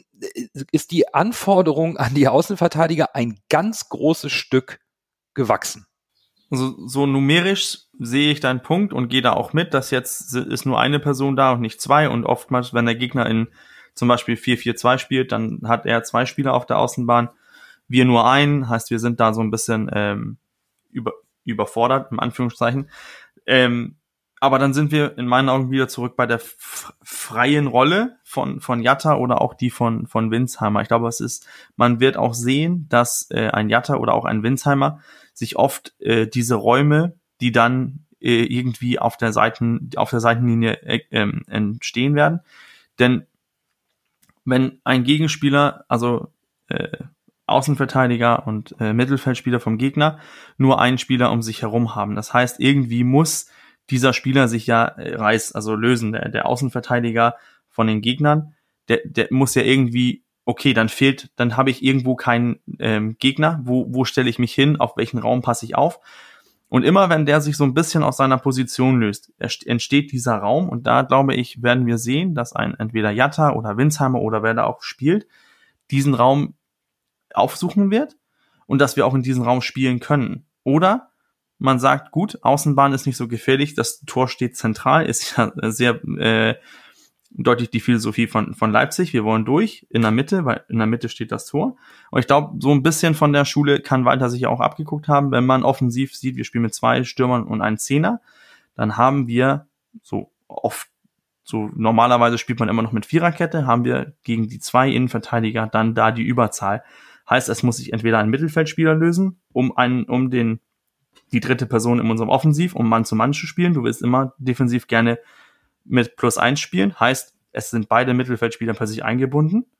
ist die Anforderung an die Außenverteidiger ein ganz großes Stück gewachsen. Also so numerisch sehe ich deinen Punkt und gehe da auch mit, dass jetzt ist nur eine Person da und nicht zwei und oftmals, wenn der Gegner in zum Beispiel vier vier zwei spielt, dann hat er zwei Spieler auf der Außenbahn, wir nur einen, heißt wir sind da so ein bisschen ähm, über, überfordert, im Anführungszeichen. Ähm, aber dann sind wir in meinen Augen wieder zurück bei der f- freien Rolle von von Jatta oder auch die von von Winsheimer. Ich glaube, es ist, man wird auch sehen, dass äh, ein Jatta oder auch ein Winsheimer sich oft äh, diese Räume, die dann äh, irgendwie auf der Seiten auf der Seitenlinie äh, äh, entstehen werden, denn wenn ein Gegenspieler, also äh, Außenverteidiger und äh, Mittelfeldspieler vom Gegner, nur einen Spieler um sich herum haben. Das heißt, irgendwie muss dieser Spieler sich ja äh, reiß, also lösen. Der, der Außenverteidiger von den Gegnern, der, der muss ja irgendwie, okay, dann fehlt, dann habe ich irgendwo keinen ähm, Gegner. Wo, wo stelle ich mich hin? Auf welchen Raum passe ich auf? Und immer wenn der sich so ein bisschen aus seiner Position löst, entsteht dieser Raum. Und da, glaube ich, werden wir sehen, dass ein entweder Jatta oder Winsheimer oder wer da auch spielt, diesen Raum aufsuchen wird und dass wir auch in diesem Raum spielen können. Oder man sagt, gut, Außenbahn ist nicht so gefährlich, das Tor steht zentral, ist ja sehr äh, deutlich die Philosophie von von Leipzig. Wir wollen durch in der Mitte, weil in der Mitte steht das Tor. Und ich glaube, so ein bisschen von der Schule kann Walter sich ja auch abgeguckt haben. Wenn man offensiv sieht, wir spielen mit zwei Stürmern und einem Zehner, dann haben wir so oft, so normalerweise spielt man immer noch mit Viererkette, haben wir gegen die zwei Innenverteidiger dann da die Überzahl. Heißt, es muss sich entweder ein Mittelfeldspieler lösen, um einen, um den die dritte Person in unserem Offensiv, um Mann zu Mann zu spielen. Du willst immer defensiv gerne mit plus eins spielen. Heißt, es sind beide Mittelfeldspieler per sich eingebunden.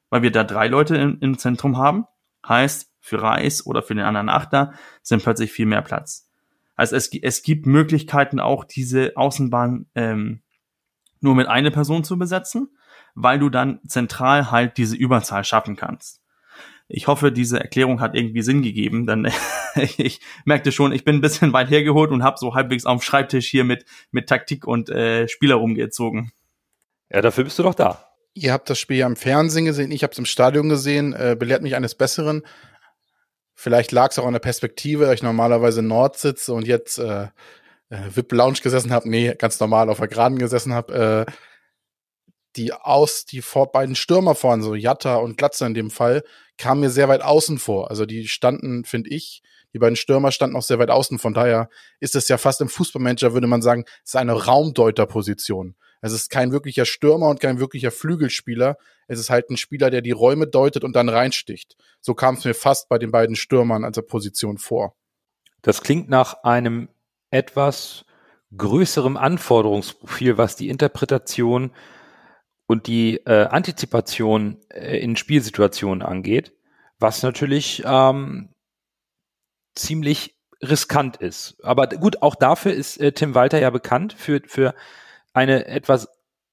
weil wir da drei Leute im, im Zentrum haben. Heißt, für Reis oder für den anderen Achter sind plötzlich viel mehr Platz. Also es, es gibt Möglichkeiten auch, diese Außenbahn ähm, nur mit einer Person zu besetzen, weil du dann zentral halt diese Überzahl schaffen kannst. Ich hoffe, diese Erklärung hat irgendwie Sinn gegeben, denn ich merkte schon, ich bin ein bisschen weit hergeholt und habe so halbwegs auf dem Schreibtisch hier mit mit Taktik und äh, Spieler rumgezogen. Ja, dafür bist du doch da. Ihr habt das Spiel ja im Fernsehen gesehen, ich habe es im Stadion gesehen, äh, belehrt mich eines Besseren. Vielleicht lag es auch an der Perspektive, da ich normalerweise in Nord sitze und jetzt äh, äh, V I P-Lounge gesessen habe, nee, ganz normal auf der Geraden gesessen habe. Äh, die aus, die vor beiden Stürmer vorne, so Jatta und Glatzer in dem Fall, kamen mir sehr weit außen vor. Also die standen, finde ich, die beiden Stürmer standen auch sehr weit außen. Von daher ist es ja fast im Fußballmanager, würde man sagen, es ist eine Raumdeuterposition. Es ist kein wirklicher Stürmer und kein wirklicher Flügelspieler. Es ist halt ein Spieler, der die Räume deutet und dann reinsticht. So kam es mir fast bei den beiden Stürmern als Position vor. Das klingt nach einem etwas größerem Anforderungsprofil, was die Interpretation und die äh, Antizipation äh, in Spielsituationen angeht, was natürlich ähm, ziemlich riskant ist. Aber gut, auch dafür ist äh, Tim Walter ja bekannt, für, für eine etwas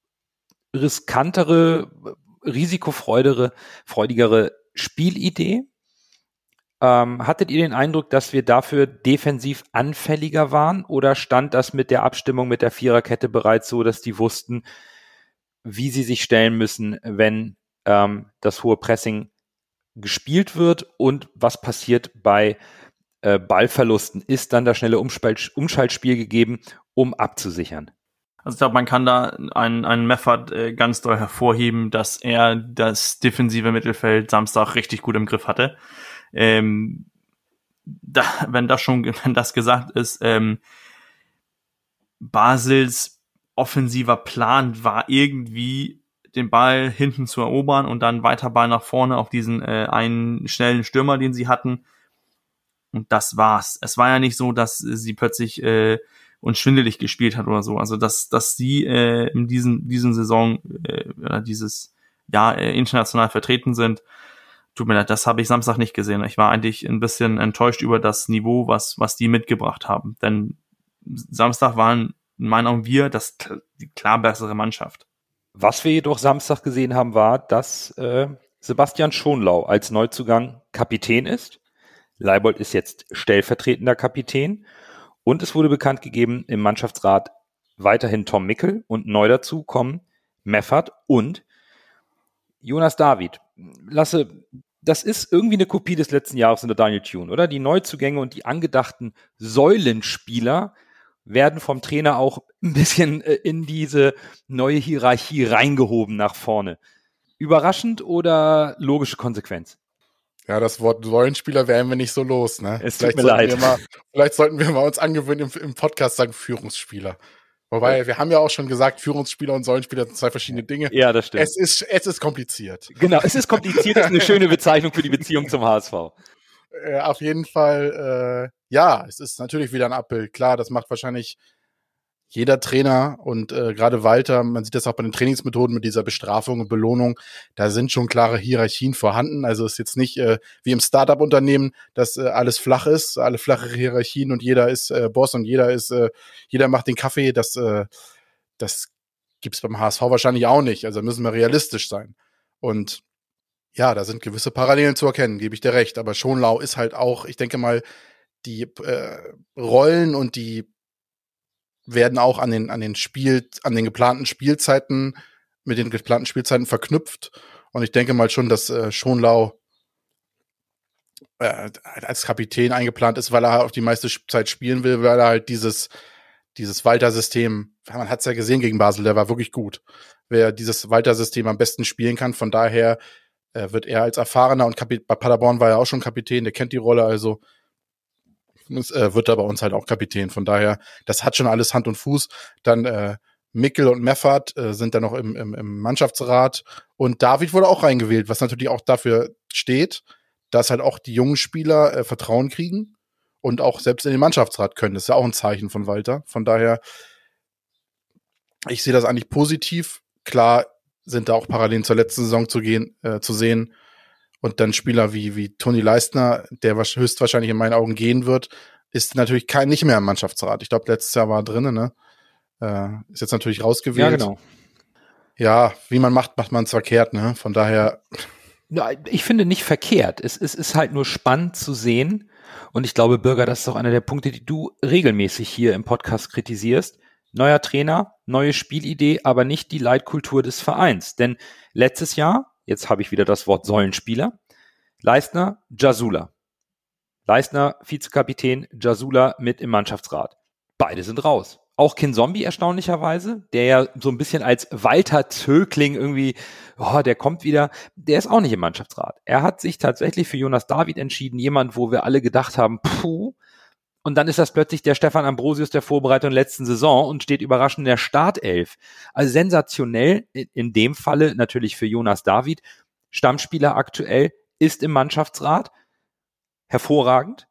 riskantere, risikofreudigere freudigere Spielidee. Ähm, hattet ihr den Eindruck, dass wir dafür defensiv anfälliger waren, oder stand das mit der Abstimmung mit der Viererkette bereits so, dass die wussten, wie sie sich stellen müssen, wenn ähm, das hohe Pressing gespielt wird, und was passiert bei äh, Ballverlusten? Ist dann das schnelle Umspalt- Umschaltspiel gegeben, um abzusichern? Also ich glaube, man kann da einen, einen Meffert äh, ganz doll hervorheben, dass er das defensive Mittelfeld Samstag richtig gut im Griff hatte. Ähm, da, wenn das schon, wenn das gesagt ist, ähm, Basels offensiver Plan war irgendwie, den Ball hinten zu erobern und dann weiter Ball nach vorne auf diesen äh, einen schnellen Stürmer, den sie hatten. Und das war's. Es war ja nicht so, dass sie plötzlich äh, uns schwindelig gespielt hat oder so. Also dass dass sie äh, in diesen diesen Saison äh, oder dieses Jahr äh, international vertreten sind. Tut mir leid, das habe ich Samstag nicht gesehen. Ich war eigentlich ein bisschen enttäuscht über das Niveau, was was die mitgebracht haben. Denn Samstag waren in meinen Augen wir das die klar bessere Mannschaft. Was wir jedoch Samstag gesehen haben, war, dass äh, Sebastian Schonlau als Neuzugang Kapitän ist. Leibold ist jetzt stellvertretender Kapitän. Und es wurde bekannt gegeben im Mannschaftsrat weiterhin Tom Mickel, und neu dazu kommen Meffert und Jonas David. Lasse, das ist irgendwie eine Kopie des letzten Jahres unter Daniel Thune, oder? Die Neuzugänge und die angedachten Säulenspieler werden vom Trainer auch ein bisschen in diese neue Hierarchie reingehoben nach vorne. Überraschend oder logische Konsequenz? Ja, das Wort Säulenspieler werden wir nicht so los, ne? Es tut vielleicht mir sollten leid. Wir mal, vielleicht sollten wir mal uns angewöhnen, im, im Podcast sagen Führungsspieler. Wobei, ja. Wir haben ja auch schon gesagt, Führungsspieler und Säulenspieler sind zwei verschiedene Dinge. Ja, das stimmt. Es ist, es ist kompliziert. Genau, es ist kompliziert, ist eine schöne Bezeichnung für die Beziehung zum H S V. Äh, auf jeden Fall, äh, ja, es ist natürlich wieder ein Abbild. Klar, das macht wahrscheinlich jeder Trainer und äh, gerade Walter, man sieht das auch bei den Trainingsmethoden mit dieser Bestrafung und Belohnung, da sind schon klare Hierarchien vorhanden. Also es ist jetzt nicht äh, wie im Startup-Unternehmen, dass äh, alles flach ist, alle flache Hierarchien und jeder ist äh, Boss und jeder ist, äh, jeder macht den Kaffee. Das, äh, das gibt's beim H S V wahrscheinlich auch nicht. Also müssen wir realistisch sein. Und ja, da sind gewisse Parallelen zu erkennen, gebe ich dir recht. Aber Schonlau ist halt auch, ich denke mal, die äh, Rollen und die werden auch an den, an den Spiel, an den geplanten Spielzeiten, mit den geplanten Spielzeiten verknüpft. Und ich denke mal schon, dass äh, Schonlau äh, als Kapitän eingeplant ist, weil er auf die meiste Zeit spielen will, weil er halt dieses, dieses Walter-System, man hat es ja gesehen gegen Basel, der war wirklich gut. Wer dieses Walter-System am besten spielen kann, von daher äh, wird er als erfahrener, und Kapit- bei Paderborn war er auch schon Kapitän, der kennt die Rolle, also Es, äh, wird er bei uns halt auch Kapitän. Von daher, das hat schon alles Hand und Fuß. Dann äh, Mickel und Meffert äh, sind dann noch im, im, im Mannschaftsrat. Und David wurde auch reingewählt, was natürlich auch dafür steht, dass halt auch die jungen Spieler äh, Vertrauen kriegen und auch selbst in den Mannschaftsrat können. Das ist ja auch ein Zeichen von Walter. Von daher, ich sehe das eigentlich positiv. Klar, sind da auch Parallelen zur letzten Saison zu gehen, äh, zu sehen. Und dann Spieler wie, wie Toni Leistner, der höchstwahrscheinlich in meinen Augen gehen wird, ist natürlich kein, nicht mehr im Mannschaftsrat. Ich glaube, letztes Jahr war er drin, ne? Äh, ist jetzt natürlich rausgewählt. Ja, genau. Ja, wie man macht, macht man es verkehrt, ne? Von daher. Ja, ich finde nicht verkehrt. Es, es ist halt nur spannend zu sehen. Und ich glaube, Bürger, das ist auch einer der Punkte, die du regelmäßig hier im Podcast kritisierst. Neuer Trainer, neue Spielidee, aber nicht die Leitkultur des Vereins. Denn letztes Jahr, jetzt habe ich wieder das Wort Säulenspieler, Leistner, Jasula. Leistner, Vizekapitän, Jasula mit im Mannschaftsrat. Beide sind raus. Auch Kinzombie erstaunlicherweise, der ja so ein bisschen als Walter Zögling irgendwie, oh, der kommt wieder, der ist auch nicht im Mannschaftsrat. Er hat sich tatsächlich für Jonas David entschieden, jemand, wo wir alle gedacht haben, puh, und dann ist das plötzlich der Stefan Ambrosius der Vorbereitung letzten Saison und steht überraschend in der Startelf. Also sensationell, in dem Falle natürlich für Jonas David, Stammspieler aktuell, ist im Mannschaftsrat, hervorragend,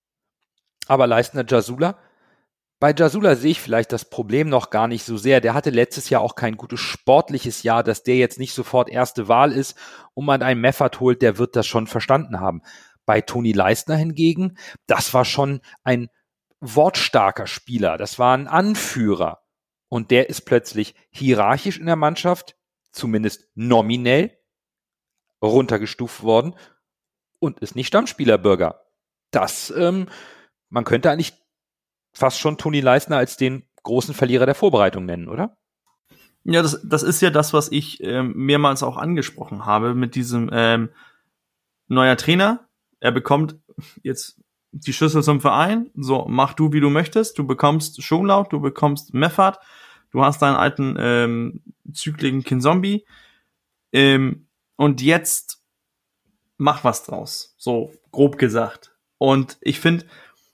aber Leistner Jasula. Bei Jasula sehe ich vielleicht das Problem noch gar nicht so sehr. Der hatte letztes Jahr auch kein gutes sportliches Jahr, dass der jetzt nicht sofort erste Wahl ist und man einen Meffert holt, der wird das schon verstanden haben. Bei Toni Leistner hingegen, das war schon ein wortstarker Spieler, das war ein Anführer und der ist plötzlich hierarchisch in der Mannschaft, zumindest nominell, runtergestuft worden und ist nicht Stammspieler, Bürger. Das, ähm, man könnte eigentlich fast schon Toni Leistner als den großen Verlierer der Vorbereitung nennen, oder? Ja, das, das ist ja das, was ich ähm, mehrmals auch angesprochen habe mit diesem ähm, neuer Trainer. Er bekommt jetzt die Schlüssel zum Verein. So, mach du, wie du möchtest. Du bekommst Schonlaut, du bekommst Meffert, du hast deinen alten ähm, zykligen Kinzombie. Ähm, und jetzt mach was draus. So, grob gesagt. Und ich finde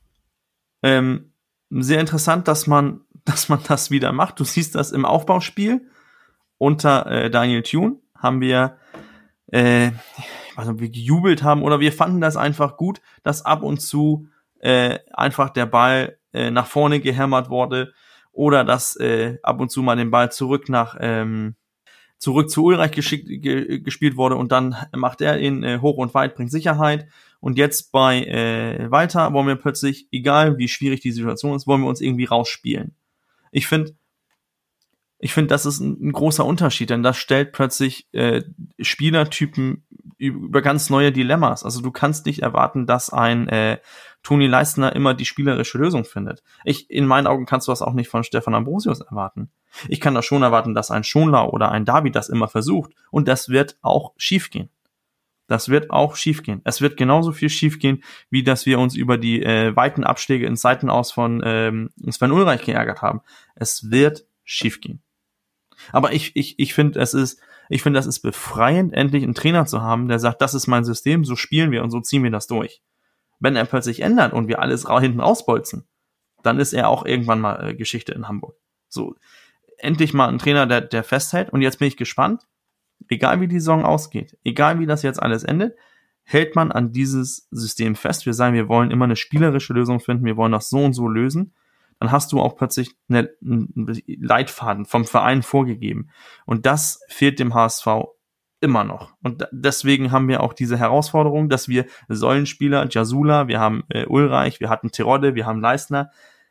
ähm, sehr interessant, dass man, dass man das wieder macht. Du siehst das im Aufbauspiel unter äh, Daniel Thune. Haben wir äh, ich weiß nicht, ob wir gejubelt haben oder wir fanden das einfach gut, dass ab und zu äh, einfach der Ball äh, nach vorne gehämmert wurde oder dass äh, ab und zu mal den Ball zurück nach ähm, zurück zu Ulreich geschickt, ge, gespielt wurde und dann macht er ihn äh, hoch und weit, bringt Sicherheit. Und jetzt bei äh, Walter wollen wir plötzlich, egal wie schwierig die Situation ist, wollen wir uns irgendwie rausspielen. Ich finde, Ich finde, das ist ein, ein großer Unterschied, denn das stellt plötzlich äh, Spielertypen über ganz neue Dilemmas. Also du kannst nicht erwarten, dass ein äh, Toni Leistner immer die spielerische Lösung findet. Ich, in meinen Augen kannst du das auch nicht von Stefan Ambrosius erwarten. Ich kann das schon erwarten, dass ein Schonlau oder ein David das immer versucht. Und das wird auch schiefgehen. Das wird auch schiefgehen. Es wird genauso viel schiefgehen, wie dass wir uns über die äh, weiten Abschläge ins Seitenaus von ähm, Sven Ulreich geärgert haben. Es wird schiefgehen. Aber ich, ich, ich finde, es ist, ich finde, das ist befreiend, endlich einen Trainer zu haben, der sagt, das ist mein System, so spielen wir und so ziehen wir das durch. Wenn er plötzlich ändert und wir alles ra- hinten rausbolzen, dann ist er auch irgendwann mal äh, Geschichte in Hamburg. So, endlich mal ein Trainer, der, der festhält. Und jetzt bin ich gespannt, egal wie die Saison ausgeht, egal wie das jetzt alles endet, hält man an dieses System fest. Wir sagen, wir wollen immer eine spielerische Lösung finden, wir wollen das so und so lösen. Dann hast du auch plötzlich eine, einen Leitfaden vom Verein vorgegeben. Und das fehlt dem H S V immer noch. Und deswegen haben wir auch diese Herausforderung, dass wir Säulenspieler, Jasula, wir haben äh, Ulreich, wir hatten Terodde, wir haben Leistner.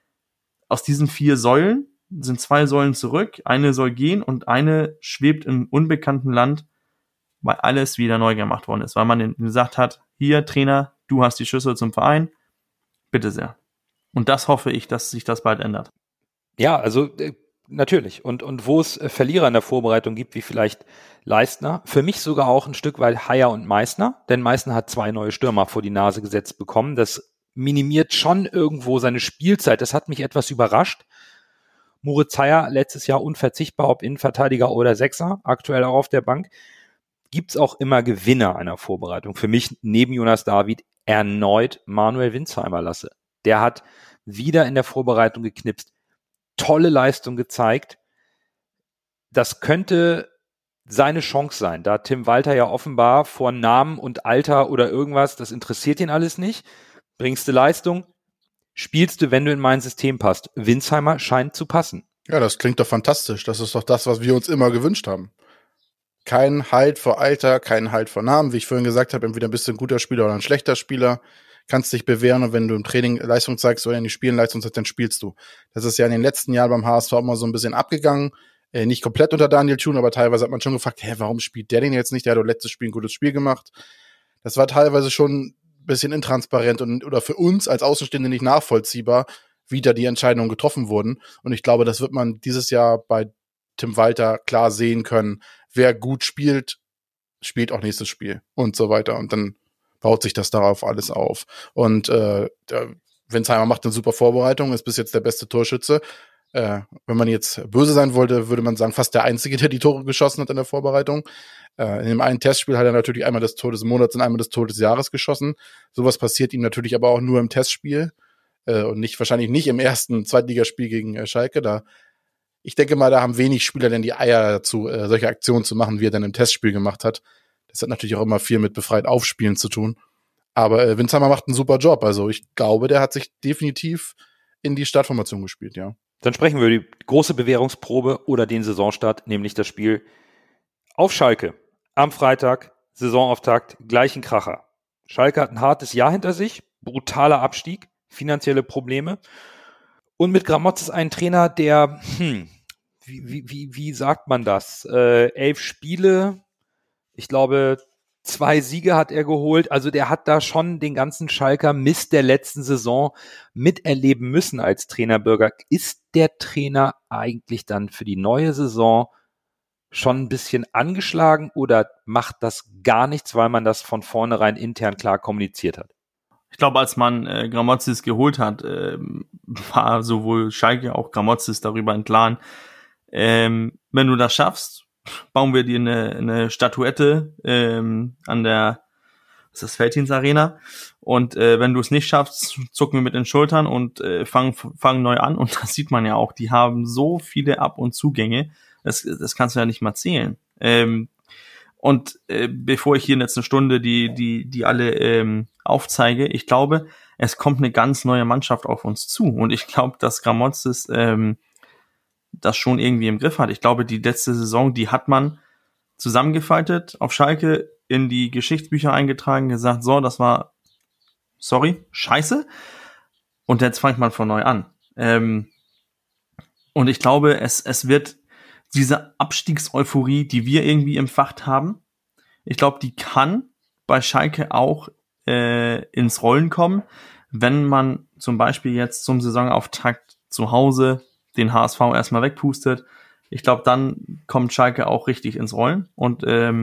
Aus diesen vier Säulen sind zwei Säulen zurück, eine soll gehen und eine schwebt im unbekannten Land, weil alles wieder neu gemacht worden ist. Weil man gesagt hat, hier Trainer, du hast die Schlüssel zum Verein, bitte sehr. Und das hoffe ich, dass sich das bald ändert. Ja, also äh, natürlich. Und, und wo es äh, Verlierer in der Vorbereitung gibt, wie vielleicht Leistner, für mich sogar auch ein Stück weit Haier und Meißner, denn Meißner hat zwei neue Stürmer vor die Nase gesetzt bekommen. Das minimiert schon irgendwo seine Spielzeit. Das hat mich etwas überrascht. Moritz Haier letztes Jahr unverzichtbar, ob Innenverteidiger oder Sechser, aktuell auch auf der Bank. Gibt's auch immer Gewinner einer Vorbereitung. Für mich neben Jonas David erneut Manuel Winsheimer lasse. Der hat wieder in der Vorbereitung geknipst, tolle Leistung gezeigt. Das könnte seine Chance sein, da Tim Walter ja offenbar vor Namen und Alter oder irgendwas, das interessiert ihn alles nicht. Bringst du Leistung, spielst du, wenn du in mein System passt. Winsheimer scheint zu passen. Ja, das klingt doch fantastisch. Das ist doch das, was wir uns immer gewünscht haben. kein Halt vor Alter, kein Halt vor Namen. Wie ich vorhin gesagt habe, entweder bist du ein guter Spieler oder ein schlechter Spieler, kannst dich bewähren und wenn du im Training Leistung zeigst oder in die Spielen Leistung zeigst, dann spielst du. Das ist ja in den letzten Jahren beim H S V immer so ein bisschen abgegangen. Äh, nicht komplett unter Daniel Thun, aber teilweise hat man schon gefragt, hä, warum spielt der denn jetzt nicht? Der hat doch letztes Spiel ein gutes Spiel gemacht. Das war teilweise schon ein bisschen intransparent und oder für uns als Außenstehende nicht nachvollziehbar, wie da die Entscheidungen getroffen wurden. Und ich glaube, das wird man dieses Jahr bei Tim Walter klar sehen können. Wer gut spielt, spielt auch nächstes Spiel und so weiter. Und dann baut sich das darauf alles auf. Und äh, der Winsheimer macht eine super Vorbereitung, ist bis jetzt der beste Torschütze. Äh, wenn man jetzt böse sein wollte, würde man sagen, fast der Einzige, der die Tore geschossen hat in der Vorbereitung. Äh, in dem einen Testspiel hat er natürlich einmal das Tor des Monats und einmal das Tor des Jahres geschossen. Sowas passiert ihm natürlich aber auch nur im Testspiel äh, und nicht wahrscheinlich nicht im ersten Zweitligaspiel gegen äh, Schalke. Da ich denke mal, da haben wenig Spieler denn die Eier dazu, äh, solche Aktionen zu machen, wie er dann im Testspiel gemacht hat. Das hat natürlich auch immer viel mit befreit Aufspielen zu tun. Aber äh, Winsheimer macht einen super Job. Also ich glaube, der hat sich definitiv in die Startformation gespielt, ja. Dann sprechen wir über die große Bewährungsprobe oder den Saisonstart, nämlich das Spiel auf Schalke. Am Freitag, Saisonauftakt, gleichen Kracher. Schalke hat ein hartes Jahr hinter sich, brutaler Abstieg, finanzielle Probleme. Und mit Gramotzes einen Trainer, der, hm, wie, wie, wie sagt man das? Äh, elf Spiele, ich glaube, zwei Siege hat er geholt. Also der hat da schon den ganzen Schalker Mist der letzten Saison miterleben müssen als Trainerbürger. Ist der Trainer eigentlich dann für die neue Saison schon ein bisschen angeschlagen oder macht das gar nichts, weil man das von vornherein intern klar kommuniziert hat? Ich glaube, als man äh, Gramotzes geholt hat, äh, war sowohl Schalke auch Gramotzes darüber im Klaren, ähm, wenn du das schaffst, bauen wir dir eine, eine Statuette ähm, an der, was ist das, Veltins Arena, und äh, wenn du es nicht schaffst, zucken wir mit den Schultern und äh, fangen fangen neu an, und das sieht man ja auch, die haben so viele Ab- und Zugänge, das, das kannst du ja nicht mal zählen. Ähm, Und äh, bevor ich hier jetzt eine Stunde die die die alle ähm, aufzeige, ich glaube, es kommt eine ganz neue Mannschaft auf uns zu. Und ich glaube, dass Gramotzes ähm, das schon irgendwie im Griff hat. Ich glaube, die letzte Saison, die hat man zusammengefaltet, auf Schalke in die Geschichtsbücher eingetragen, gesagt, so, das war, sorry, scheiße. Und jetzt fängt man von neu an. Ähm, und ich glaube, es es wird diese Abstiegseuphorie, die wir irgendwie empfacht haben, ich glaube, die kann bei Schalke auch äh, ins Rollen kommen, wenn man zum Beispiel jetzt zum Saisonauftakt zu Hause den H S V erstmal wegpustet. Ich glaube, dann kommt Schalke auch richtig ins Rollen und ähm,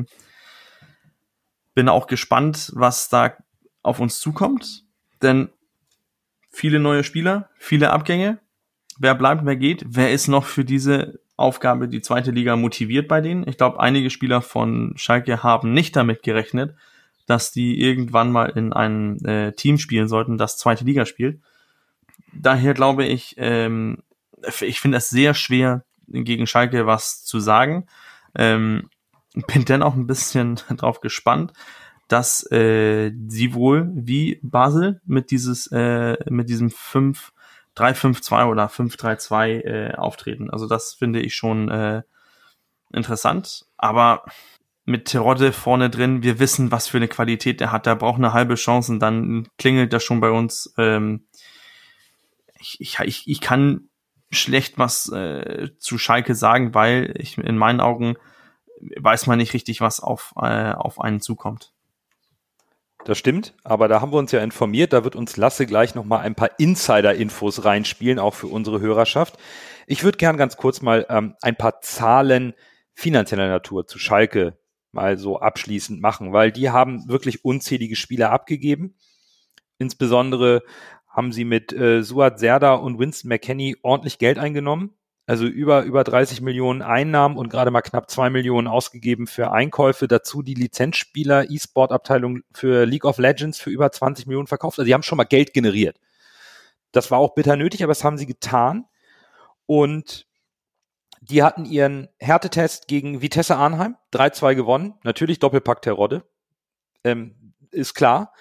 bin auch gespannt, was da auf uns zukommt, denn viele neue Spieler, viele Abgänge. Wer bleibt, wer geht, wer ist noch für diese Aufgabe, die zweite Liga, motiviert bei denen? Ich glaube, einige Spieler von Schalke haben nicht damit gerechnet, dass die irgendwann mal in einem äh, Team spielen sollten, das zweite Liga spielt. Daher glaube ich, ähm, ich finde es sehr schwer, gegen Schalke was zu sagen. Ähm, bin dann auch ein bisschen drauf gespannt, dass äh, sie wohl wie Basel mit dieses äh, mit diesem fünf drei fünf zwei oder fünf drei zwei äh, auftreten. Also das finde ich schon äh, interessant. Aber mit Terodde vorne drin, wir wissen, was für eine Qualität er hat. Der braucht eine halbe Chance und dann klingelt das schon bei uns. Ähm, ich, ich, ich kann schlecht was äh, zu Schalke sagen, weil ich in meinen Augen weiß man nicht richtig, was auf, äh, auf einen zukommt. Das stimmt, aber da haben wir uns ja informiert, da wird uns Lasse gleich nochmal ein paar Insider-Infos reinspielen, auch für unsere Hörerschaft. Ich würde gern ganz kurz mal ähm, ein paar Zahlen finanzieller Natur zu Schalke mal so abschließend machen, weil die haben wirklich unzählige Spieler abgegeben. Insbesondere haben sie mit äh, Suat Serdar und Winston McKennie ordentlich Geld eingenommen. Also über, über dreißig Millionen Einnahmen und gerade mal knapp zwei Millionen ausgegeben für Einkäufe. Dazu die Lizenzspieler, E-Sport-Abteilung für League of Legends für über zwanzig Millionen verkauft. Also die haben schon mal Geld generiert. Das war auch bitter nötig, aber das haben sie getan. Und die hatten ihren Härtetest gegen Vitesse Arnheim, drei zwei gewonnen. Natürlich Doppelpack Terodde, ähm, ist klar.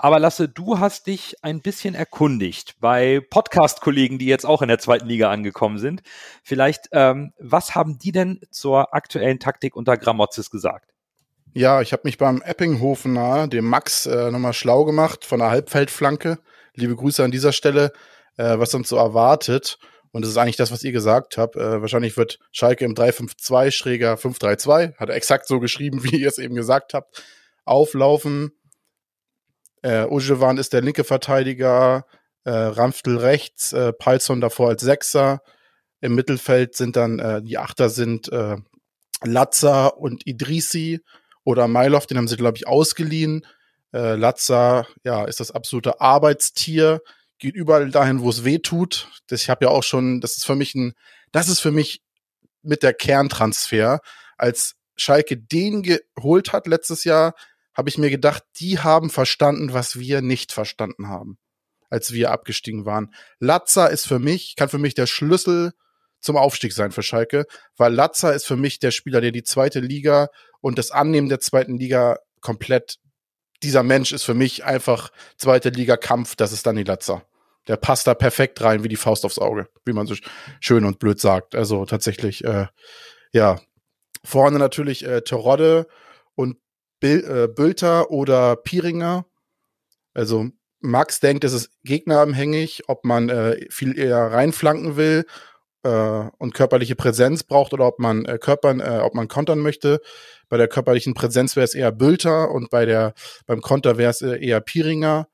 Aber Lasse, du hast dich ein bisschen erkundigt bei Podcast-Kollegen, die jetzt auch in der zweiten Liga angekommen sind. Vielleicht, ähm, was haben die denn zur aktuellen Taktik unter Gramotzes gesagt? Ja, ich habe mich beim Eppinghofener, dem Max, äh, nochmal schlau gemacht von der Halbfeldflanke. Liebe Grüße an dieser Stelle, äh, was uns so erwartet. Und das ist eigentlich das, was ihr gesagt habt. Äh, wahrscheinlich wird Schalke im drei fünf zwei schräger fünf drei zwei, hat er exakt so geschrieben, wie ihr es eben gesagt habt, auflaufen. Äh, Ujewan ist der linke Verteidiger, äh, Ramftl rechts, äh, Palzon davor als Sechser. Im Mittelfeld sind dann, äh, die Achter sind äh, Latza und Idrissi. Oder Mailov, den haben sie, glaube ich, ausgeliehen. Äh, Latza, ja, ist das absolute Arbeitstier, geht überall dahin, wo es weh tut. Das, ich habe ja auch schon, das ist für mich ein, das ist für mich mit der Kerntransfer. Als Schalke den geholt hat letztes Jahr, habe ich mir gedacht, die haben verstanden, was wir nicht verstanden haben, als wir abgestiegen waren. Latza ist für mich, kann für mich der Schlüssel zum Aufstieg sein für Schalke, weil Latza ist für mich der Spieler, der die zweite Liga und das Annehmen der zweiten Liga komplett, dieser Mensch ist für mich einfach zweite Liga Kampf, das ist Dani Latza. Der passt da perfekt rein wie die Faust aufs Auge, wie man so schön und blöd sagt. Also tatsächlich, äh, ja, vorne natürlich äh, Terodde und Bil- äh, Bülter oder Pieringer. Also Max denkt, es ist gegnerabhängig, ob man äh, viel eher reinflanken will und körperliche Präsenz braucht oder ob man äh, Körpern, äh, ob man kontern möchte. Bei der körperlichen Präsenz wäre es eher Bülter und bei der beim Konter wäre es äh, eher Pieringer.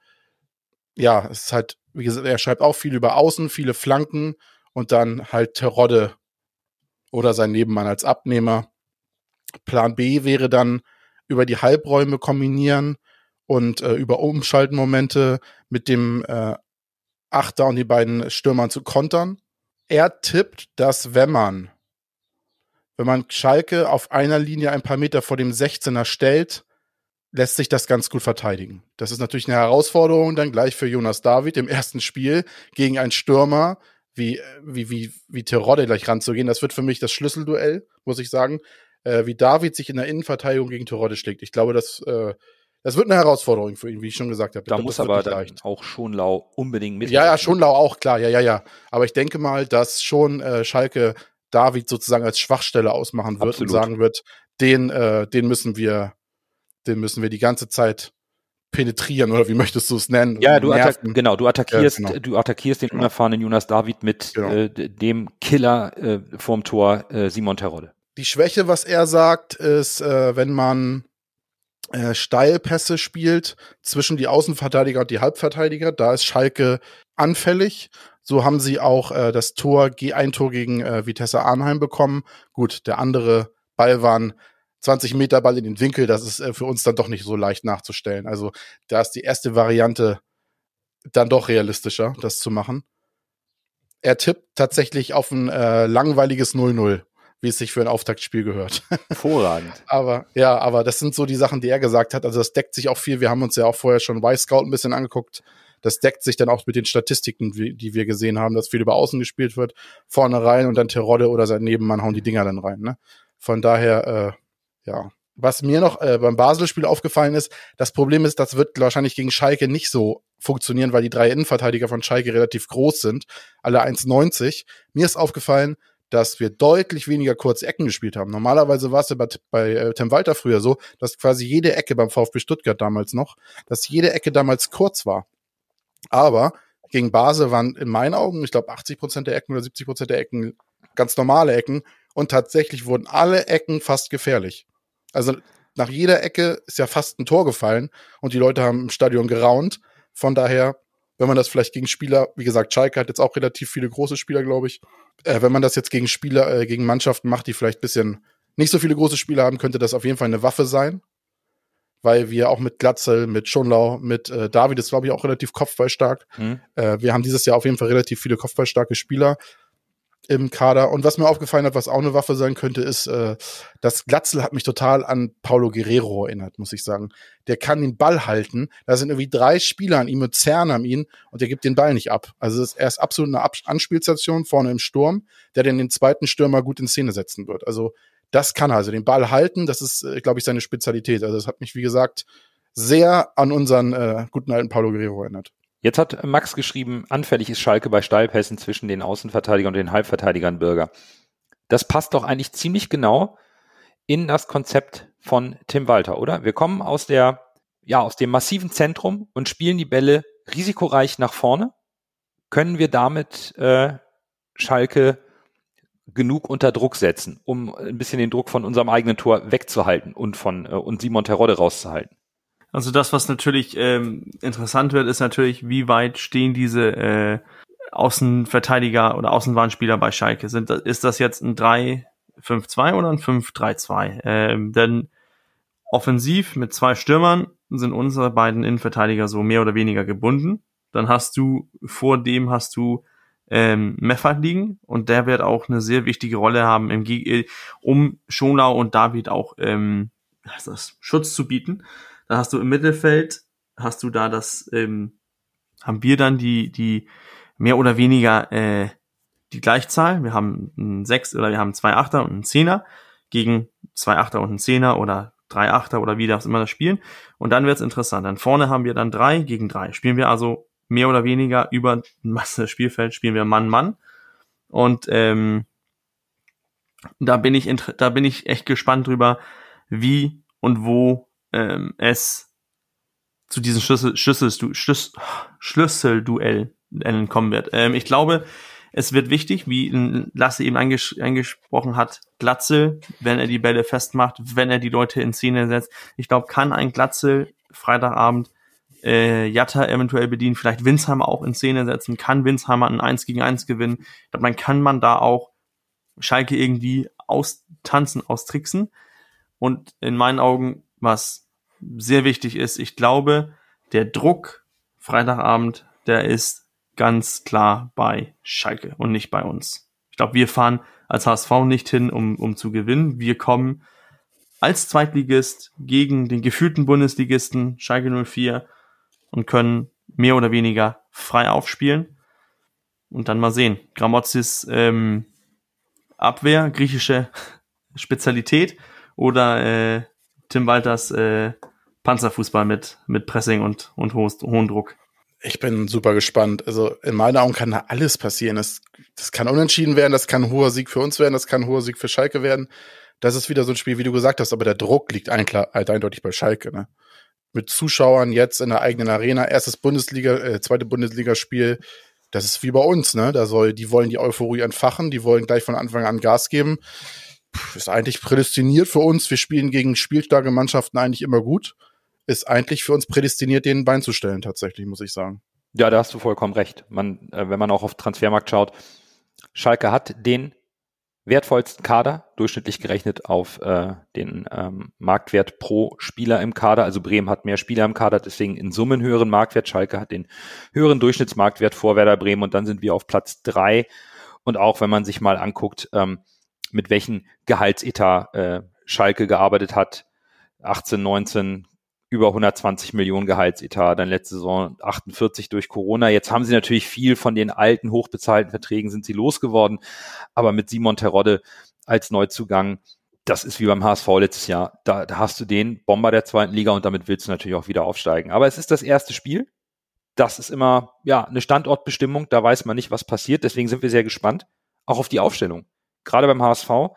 Ja, es ist halt, wie gesagt, er schreibt auch viel über Außen, viele Flanken und dann halt Terodde oder sein Nebenmann als Abnehmer. Plan B wäre dann über die Halbräume kombinieren und äh, über Umschaltmomente mit dem äh, Achter und die beiden Stürmern zu kontern. Er tippt, dass wenn man, wenn man Schalke auf einer Linie ein paar Meter vor dem sechzehner stellt, lässt sich das ganz gut verteidigen. Das ist natürlich eine Herausforderung dann gleich für Jonas David im ersten Spiel gegen einen Stürmer wie, wie, wie, wie Terodde gleich ranzugehen. Das wird für mich das Schlüsselduell, muss ich sagen, äh, wie David sich in der Innenverteidigung gegen Terodde schlägt. Ich glaube, das, äh, das wird eine Herausforderung für ihn, wie ich schon gesagt habe. Da glaube, muss aber dann auch Schonlau unbedingt mit. Ja, ja, Schonlau auch, klar, ja, ja, ja. Aber ich denke mal, dass schon äh, Schalke David sozusagen als Schwachstelle ausmachen wird Absolut. und sagen wird, den, äh, den müssen wir, den müssen wir die ganze Zeit penetrieren, oder wie möchtest du es nennen? Ja, du attack- genau, du attackierst, ja, genau. du attackierst den Genau. unerfahrenen Jonas David mit Genau. äh, dem Killer äh, vorm Tor äh, Simon Terodde. Die Schwäche, was er sagt, ist, äh, wenn man äh, Steilpässe spielt zwischen die Außenverteidiger und die Halbverteidiger, da ist Schalke anfällig. So haben sie auch äh, das Tor, ein Tor gegen äh, Vitesse Arnheim bekommen. Gut, der andere Ball war ein zwanzig Meter Ball in den Winkel, das ist äh, für uns dann doch nicht so leicht nachzustellen. Also da ist die erste Variante dann doch realistischer, das zu machen. Er tippt tatsächlich auf ein äh, langweiliges null null, wie es sich für ein Auftaktspiel gehört. Hervorragend. aber ja, aber das sind so die Sachen, die er gesagt hat. Also das deckt sich auch viel. Wir haben uns ja auch vorher schon Y-Scout ein bisschen angeguckt. Das deckt sich dann auch mit den Statistiken, die wir gesehen haben, dass viel über Außen gespielt wird, vorne rein und dann Terodde oder sein Nebenmann hauen die Dinger dann rein. Ne? Von daher, äh, ja. Was mir noch äh, beim Basel-Spiel aufgefallen ist, das Problem ist, das wird wahrscheinlich gegen Schalke nicht so funktionieren, weil die drei Innenverteidiger von Schalke relativ groß sind, alle eins neunzig. Mir ist aufgefallen, dass wir deutlich weniger kurze Ecken gespielt haben. Normalerweise war es ja bei, bei äh, Tim Walter früher so, dass quasi jede Ecke beim VfB Stuttgart damals noch, dass jede Ecke damals kurz war. Aber gegen Basel waren in meinen Augen, ich glaube achtzig Prozent der Ecken oder siebzig Prozent der Ecken ganz normale Ecken und tatsächlich wurden alle Ecken fast gefährlich. Also nach jeder Ecke ist ja fast ein Tor gefallen und die Leute haben im Stadion geraunt. Von daher, wenn man das vielleicht gegen Spieler, wie gesagt, Schalke hat jetzt auch relativ viele große Spieler, glaube ich. Äh, wenn man das jetzt gegen Spieler, äh, gegen Mannschaften macht, die vielleicht ein bisschen nicht so viele große Spieler haben, könnte das auf jeden Fall eine Waffe sein. Weil wir auch mit Glatzel, mit Schonlau, mit äh, David ist, glaube ich, auch relativ kopfballstark. Hm. Äh, wir haben dieses Jahr auf jeden Fall relativ viele kopfballstarke Spieler im Kader. Und was mir aufgefallen hat, was auch eine Waffe sein könnte, ist, äh, dass Glatzel hat mich total an Paulo Guerrero erinnert, muss ich sagen. Der kann den Ball halten. Da sind irgendwie drei Spieler an ihm und zerren an ihn und der gibt den Ball nicht ab. Also ist, er ist absolut eine Ab- Anspielstation vorne im Sturm, der dann den zweiten Stürmer gut in Szene setzen wird. Also das kann er. Also den Ball halten, das ist, äh, glaube ich, seine Spezialität. Also das hat mich, wie gesagt, sehr an unseren äh, guten alten Paulo Guerrero erinnert. Jetzt hat Max geschrieben, anfällig ist Schalke bei Steilpässen zwischen den Außenverteidigern und den Halbverteidigern Bürger. Das passt doch eigentlich ziemlich genau in das Konzept von Tim Walter, oder? Wir kommen aus der, ja, aus dem massiven Zentrum und spielen die Bälle risikoreich nach vorne. Können wir damit äh, Schalke genug unter Druck setzen, um ein bisschen den Druck von unserem eigenen Tor wegzuhalten und von äh, und Simon Terodde rauszuhalten? Also das, was natürlich ähm, interessant wird, ist natürlich, wie weit stehen diese äh, Außenverteidiger oder Außenbahnspieler bei Schalke? Sind, ist das jetzt ein drei fünf zwei oder ein fünf drei zwei? Ähm, denn offensiv mit zwei Stürmern sind unsere beiden Innenverteidiger so mehr oder weniger gebunden. Dann hast du, vor dem hast du ähm, Meffert liegen und der wird auch eine sehr wichtige Rolle haben, im Ge- um Schonlau und David auch ähm, was ist das, Schutz zu bieten. Da hast du im Mittelfeld, hast du da das, ähm, haben wir dann die, die mehr oder weniger äh, die Gleichzahl. Wir haben einen Sechs oder wir haben zwei Achter und einen Zehner gegen zwei Achter und einen Zehner oder drei Achter oder wie das immer das spielen. Und dann wird's interessant. Dann vorne haben wir dann drei gegen drei. Spielen wir also mehr oder weniger über das Spielfeld, spielen wir Mann-Mann. Und ähm, da bin ich int- da bin ich echt gespannt drüber, wie und wo ähm, es zu diesem Schlüssel, Schlüssel, Schlüssel, Schlüsselduell kommen wird. Ähm, ich glaube, es wird wichtig, wie Lasse eben anges- angesprochen hat, Glatzel, wenn er die Bälle festmacht, wenn er die Leute in Szene setzt. Ich glaube, kann ein Glatzel Freitagabend äh, Jatta eventuell bedienen, vielleicht Winsheimer auch in Szene setzen, kann Winsheimer ein eins gegen eins gewinnen. Ich glaube, dann kann man da auch Schalke irgendwie austanzen, austricksen. Und in meinen Augen, was sehr wichtig ist, ich glaube, der Druck Freitagabend, der ist ganz klar bei Schalke und nicht bei uns. Ich glaube, wir fahren als H S V nicht hin, um, um zu gewinnen. Wir kommen als Zweitligist gegen den gefühlten Bundesligisten Schalke null vier und können mehr oder weniger frei aufspielen. Und dann mal sehen. Gramotzis ähm, Abwehr, griechische Spezialität oder äh, Tim Walters äh, Panzerfußball mit mit Pressing und und hohen Druck. Ich bin super gespannt. Also in meinen Augen kann da alles passieren. Das, das kann unentschieden werden, das kann ein hoher Sieg für uns werden, das kann ein hoher Sieg für Schalke werden. Das ist wieder so ein Spiel, wie du gesagt hast, aber der Druck liegt ein, halt eindeutig bei Schalke. Ne? Mit Zuschauern jetzt in der eigenen Arena, erstes Bundesliga, äh, zweite Bundesligaspiel, das ist wie bei uns. Ne? Da soll, die wollen die Euphorie entfachen, die wollen gleich von Anfang an Gas geben. Puh, ist eigentlich prädestiniert für uns. Wir spielen gegen spielstarke Mannschaften eigentlich immer gut. Ist eigentlich für uns prädestiniert, den Bein zu stellen, tatsächlich, muss ich sagen. Ja, da hast du vollkommen recht. Man, äh, wenn man auch auf Transfermarkt schaut, Schalke hat den wertvollsten Kader, durchschnittlich gerechnet auf äh, den ähm, Marktwert pro Spieler im Kader. Also Bremen hat mehr Spieler im Kader, deswegen in Summe einen höheren Marktwert. Schalke hat den höheren Durchschnittsmarktwert vor Werder Bremen und dann sind wir auf Platz drei. Und auch wenn man sich mal anguckt, ähm, mit welchen Gehaltsetat äh, Schalke gearbeitet hat, achtzehn, neunzehn, über hundertzwanzig Millionen Gehaltsetat, dann letzte Saison achtundvierzig durch Corona. Jetzt haben sie natürlich viel von den alten, hochbezahlten Verträgen sind sie losgeworden, aber mit Simon Terodde als Neuzugang, das ist wie beim H S V letztes Jahr, da, da hast du den Bomber der zweiten Liga und damit willst du natürlich auch wieder aufsteigen. Aber es ist das erste Spiel, das ist immer ja eine Standortbestimmung, da weiß man nicht, was passiert, deswegen sind wir sehr gespannt, auch auf die Aufstellung. Gerade beim H S V,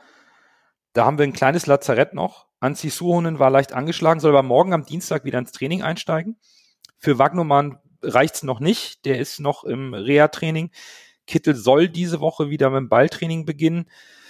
da haben wir ein kleines Lazarett noch. Anzi Suhonen war leicht angeschlagen, soll aber morgen am Dienstag wieder ins Training einsteigen. Für Wagnumann reicht's noch nicht, der ist noch im Reha-Training. Kittel soll diese Woche wieder mit dem Balltraining beginnen.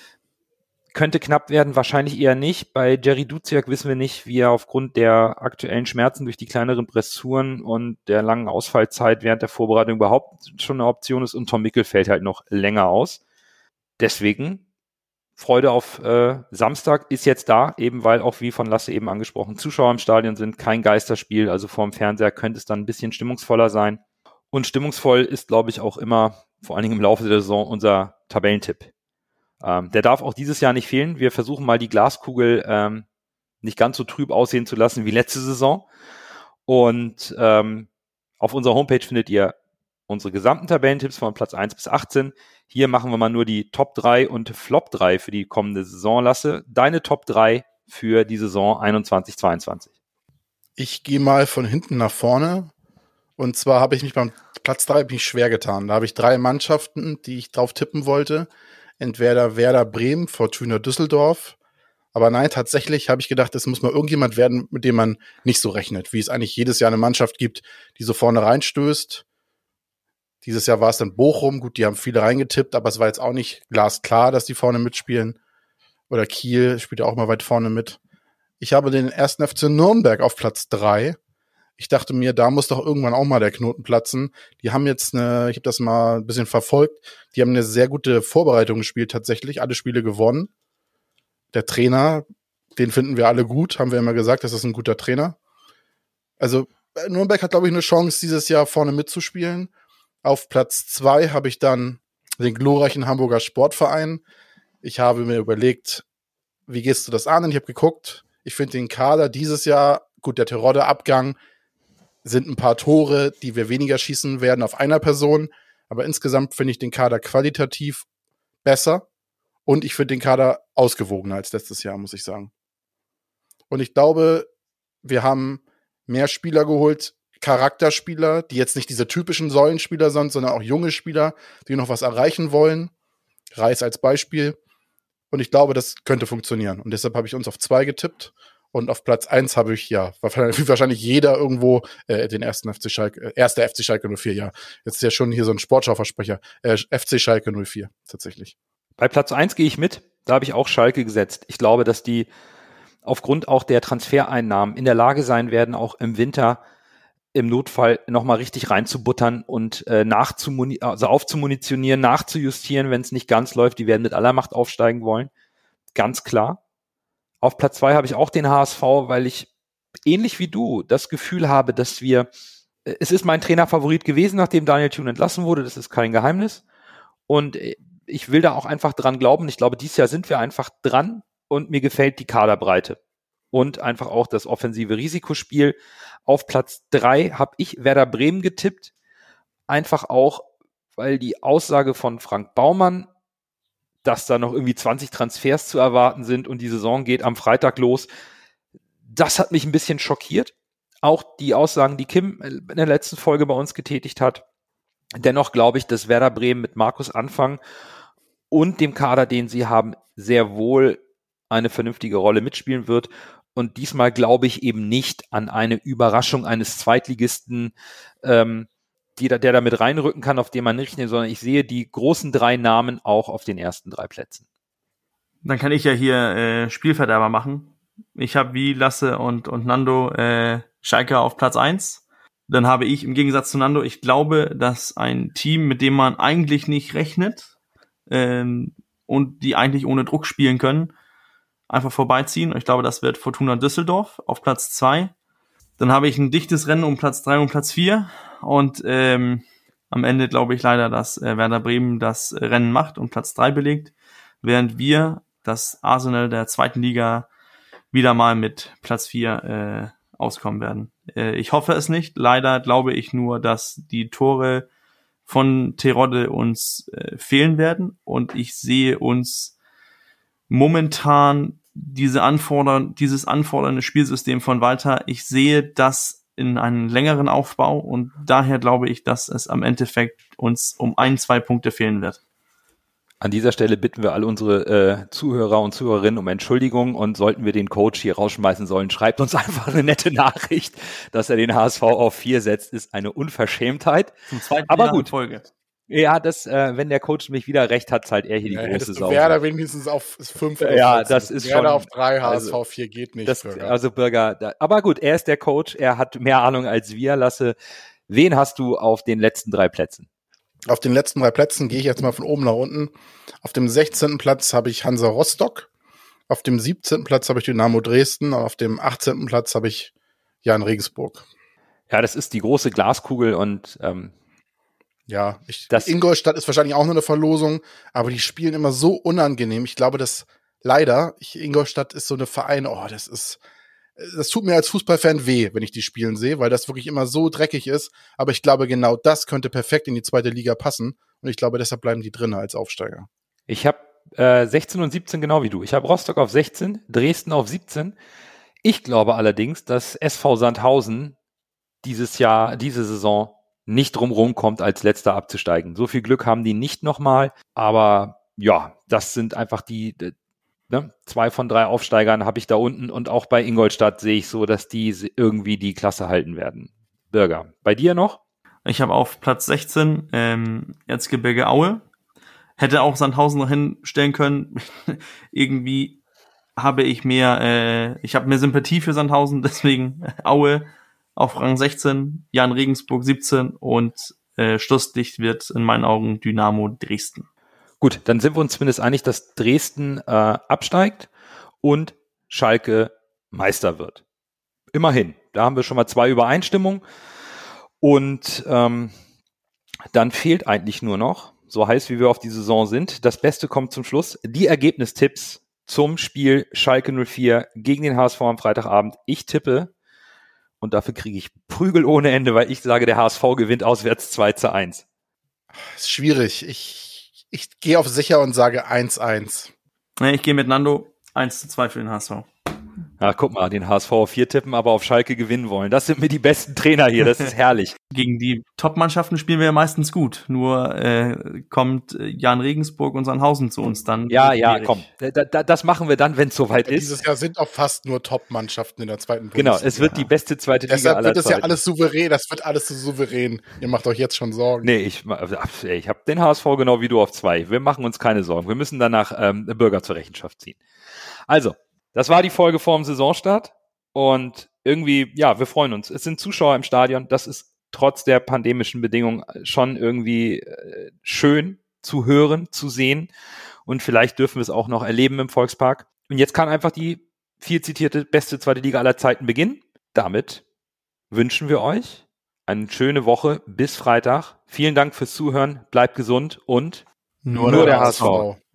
Könnte knapp werden, wahrscheinlich eher nicht. Bei Jerry Duziak wissen wir nicht, wie er aufgrund der aktuellen Schmerzen durch die kleineren Pressuren und der langen Ausfallzeit während der Vorbereitung überhaupt schon eine Option ist. Und Tom Mickel fällt halt noch länger aus. Deswegen Freude auf äh, Samstag ist jetzt da, eben weil auch wie von Lasse eben angesprochen, Zuschauer im Stadion sind, kein Geisterspiel, also vorm Fernseher könnte es dann ein bisschen stimmungsvoller sein. Und stimmungsvoll ist, glaube ich, auch immer, vor allen Dingen im Laufe der Saison, unser Tabellentipp. Ähm, der darf auch dieses Jahr nicht fehlen. Wir versuchen mal die Glaskugel ähm, nicht ganz so trüb aussehen zu lassen wie letzte Saison. Und ähm, auf unserer Homepage findet ihr unsere gesamten Tabellentipps von Platz eins bis achtzehn. Hier machen wir mal nur die Top drei und Flop drei für die kommende Saison. Lasse, deine Top drei für die Saison einundzwanzig zweiundzwanzig. Ich gehe mal von hinten nach vorne. Und zwar habe ich mich beim Platz drei mich schwer getan. Da habe ich drei Mannschaften, die ich drauf tippen wollte. Entweder Werder Bremen, Fortuna Düsseldorf. Aber nein, tatsächlich habe ich gedacht, es muss mal irgendjemand werden, mit dem man nicht so rechnet. Wie es eigentlich jedes Jahr eine Mannschaft gibt, die so vorne reinstößt. Dieses Jahr war es dann Bochum. Gut, die haben viele reingetippt, aber es war jetzt auch nicht glasklar, dass die vorne mitspielen. Oder Kiel spielt ja auch mal weit vorne mit. Ich habe den ersten F C Nürnberg auf Platz drei. Ich dachte mir, da muss doch irgendwann auch mal der Knoten platzen. Die haben jetzt eine, ich habe das mal ein bisschen verfolgt, die haben eine sehr gute Vorbereitung gespielt tatsächlich, alle Spiele gewonnen. Der Trainer, den finden wir alle gut, haben wir immer gesagt, das ist ein guter Trainer. Also Nürnberg hat, glaube ich, eine Chance, dieses Jahr vorne mitzuspielen. Auf Platz zwei habe ich dann den glorreichen Hamburger Sportverein. Ich habe mir überlegt, wie gehst du das an? Und ich habe geguckt, ich finde den Kader dieses Jahr, gut, der Terodde-Abgang, sind ein paar Tore, die wir weniger schießen werden auf einer Person. Aber insgesamt finde ich den Kader qualitativ besser. Und ich finde den Kader ausgewogener als letztes Jahr, muss ich sagen. Und ich glaube, wir haben mehr Spieler geholt, Charakterspieler, die jetzt nicht diese typischen Säulenspieler sind, sondern auch junge Spieler, die noch was erreichen wollen. Reis als Beispiel. Und ich glaube, das könnte funktionieren. Und deshalb habe ich uns auf zwei getippt. Und auf Platz eins habe ich, ja, wahrscheinlich jeder irgendwo äh, den ersten F C Schalke, äh, erster F C Schalke null vier, ja. Jetzt ist ja schon hier so ein Sportschau-Versprecher. Äh, F C Schalke null vier, tatsächlich. Bei Platz eins gehe ich mit. Da habe ich auch Schalke gesetzt. Ich glaube, dass die aufgrund auch der Transfereinnahmen in der Lage sein werden, auch im Winter im Notfall nochmal richtig reinzubuttern und äh, nachzumuni- also aufzumunitionieren, nachzujustieren, wenn es nicht ganz läuft. Die werden mit aller Macht aufsteigen wollen. Ganz klar. Auf Platz zwei habe ich auch den H S V, weil ich ähnlich wie du das Gefühl habe, dass wir, äh, es ist mein Trainerfavorit gewesen, nachdem Daniel Thune entlassen wurde, das ist kein Geheimnis. Und äh, ich will da auch einfach dran glauben. Ich glaube, dieses Jahr sind wir einfach dran und mir gefällt die Kaderbreite. Und einfach auch das offensive Risikospiel. Auf Platz drei habe ich Werder Bremen getippt. Einfach auch, weil die Aussage von Frank Baumann, dass da noch irgendwie zwanzig Transfers zu erwarten sind und die Saison geht am Freitag los, das hat mich ein bisschen schockiert. Auch die Aussagen, die Kim in der letzten Folge bei uns getätigt hat. Dennoch glaube ich, dass Werder Bremen mit Markus Anfang und dem Kader, den sie haben, sehr wohl eine vernünftige Rolle mitspielen wird. Und diesmal glaube ich eben nicht an eine Überraschung eines Zweitligisten, ähm, die da, der da mit reinrücken kann, auf den man nicht rechnet, sondern ich sehe die großen drei Namen auch auf den ersten drei Plätzen. Dann kann ich ja hier äh, Spielverderber machen. Ich habe wie Lasse und, und Nando äh, Schalke auf Platz eins. Dann habe ich im Gegensatz zu Nando, ich glaube, dass ein Team, mit dem man eigentlich nicht rechnet ähm, und die eigentlich ohne Druck spielen können, einfach vorbeiziehen. Ich glaube, das wird Fortuna Düsseldorf auf Platz zwei. Dann habe ich ein dichtes Rennen um Platz drei und Platz vier. Und ähm, am Ende glaube ich leider, dass äh, Werder Bremen das Rennen macht und Platz drei belegt, während wir, das Arsenal der zweiten Liga, wieder mal mit Platz vier äh, auskommen werden. Äh, ich hoffe es nicht. Leider glaube ich nur, dass die Tore von Terodde uns äh, fehlen werden. Und ich sehe uns momentan diese anfordern, dieses anfordernde Spielsystem von Walter, ich sehe das in einen längeren Aufbau und daher glaube ich, dass es am Endeffekt uns um ein, zwei Punkte fehlen wird. An dieser Stelle bitten wir alle unsere äh, Zuhörer und Zuhörerinnen um Entschuldigung und sollten wir den Coach hier rausschmeißen sollen, schreibt uns einfach eine nette Nachricht, dass er den H S V auf vier setzt, ist eine Unverschämtheit. Zum zweiten Aber Jahr gut. in Folge. Ja, das, äh, wenn der Coach mich wieder recht hat, zahlt er hier die Ja, große Sau. Werder wenigstens auf fünf oder Ja, vierzehn. das ist Werder schon- auf drei, H S V also, vier geht nicht. Das, Bürger. also Bürger, da, aber gut, er ist der Coach, er hat mehr Ahnung als wir. Lasse, wen hast du auf den letzten drei Plätzen? Auf den letzten drei Plätzen gehe ich jetzt mal von oben nach unten. Auf dem sechzehnten Platz habe ich Hansa Rostock. Auf dem siebzehnten Platz habe ich Dynamo Dresden. Und auf dem achtzehnten Platz habe ich Jan Regensburg. Ja, das ist die große Glaskugel und ähm, Ja, ich, Das- Ingolstadt ist wahrscheinlich auch nur eine Verlosung, aber die spielen immer so unangenehm. Ich glaube, dass leider, ich, Ingolstadt ist so eine Verein, oh, das ist, das tut mir als Fußballfan weh, wenn ich die spielen sehe, weil das wirklich immer so dreckig ist. Aber ich glaube, genau das könnte perfekt in die zweite Liga passen. Und ich glaube, deshalb bleiben die drin als Aufsteiger. ich habe äh, sechzehn und siebzehn genau wie du. Ich habe Rostock auf sechzehn, Dresden auf siebzehn. Ich glaube allerdings, dass S V Sandhausen dieses Jahr, diese Saison nicht drumherum kommt, als letzter abzusteigen. So viel Glück haben die nicht nochmal, aber ja, das sind einfach die, ne, zwei von drei Aufsteigern habe ich da unten und auch bei Ingolstadt sehe ich so, dass die irgendwie die Klasse halten werden. Bürger, bei dir noch? Ich habe auf Platz sechzehn ähm, Erzgebirge Aue. Hätte auch Sandhausen noch hinstellen können. Irgendwie habe ich mehr, äh, ich habe mehr Sympathie für Sandhausen, deswegen Aue auf Rang sechzehn, Jan Regensburg siebzehn und äh, Schlusslicht wird in meinen Augen Dynamo Dresden. Gut, dann sind wir uns zumindest einig, dass Dresden äh, absteigt und Schalke Meister wird. Immerhin, da haben wir schon mal zwei Übereinstimmungen und ähm, dann fehlt eigentlich nur noch, so heiß wie wir auf die Saison sind, das Beste kommt zum Schluss, die Ergebnistipps zum Spiel Schalke null vier gegen den H S V am Freitagabend. Ich tippe, und dafür kriege ich Prügel ohne Ende, weil ich sage, der H S V gewinnt auswärts zwei zu eins. Ist schwierig. Ich, ich gehe auf sicher und sage eins eins. Nee, ich gehe mit Nando eins zu zwei für den H S V. Ja, guck mal, den H S V auf vier tippen, aber auf Schalke gewinnen wollen. Das sind mir die besten Trainer hier, das ist herrlich. Gegen die Top-Mannschaften spielen wir ja meistens gut. Nur äh, kommt Jan Regensburg und Sandhausen zu uns dann. Ja, ja, komm. Da, da, das machen wir dann, wenn es soweit ja, ist. Dieses Jahr sind auch fast nur Top-Mannschaften in der zweiten Bundesliga. Genau, es wird die beste zweite Liga Deshalb aller wird es Zeiten. ja alles souverän, das wird alles so souverän. Ihr macht euch jetzt schon Sorgen. Nee, ich, ich habe den H S V genau wie du auf zwei. Wir machen uns keine Sorgen. Wir müssen danach ähm, Bürger zur Rechenschaft ziehen. Also, das war die Folge vorm Saisonstart. Und irgendwie, ja, wir freuen uns. Es sind Zuschauer im Stadion. Das ist trotz der pandemischen Bedingungen schon irgendwie äh, schön zu hören, zu sehen. Und vielleicht dürfen wir es auch noch erleben im Volkspark. Und jetzt kann einfach die viel zitierte beste zweite Liga aller Zeiten beginnen. Damit wünschen wir euch eine schöne Woche bis Freitag. Vielen Dank fürs Zuhören. Bleibt gesund und nur, nur der H S V.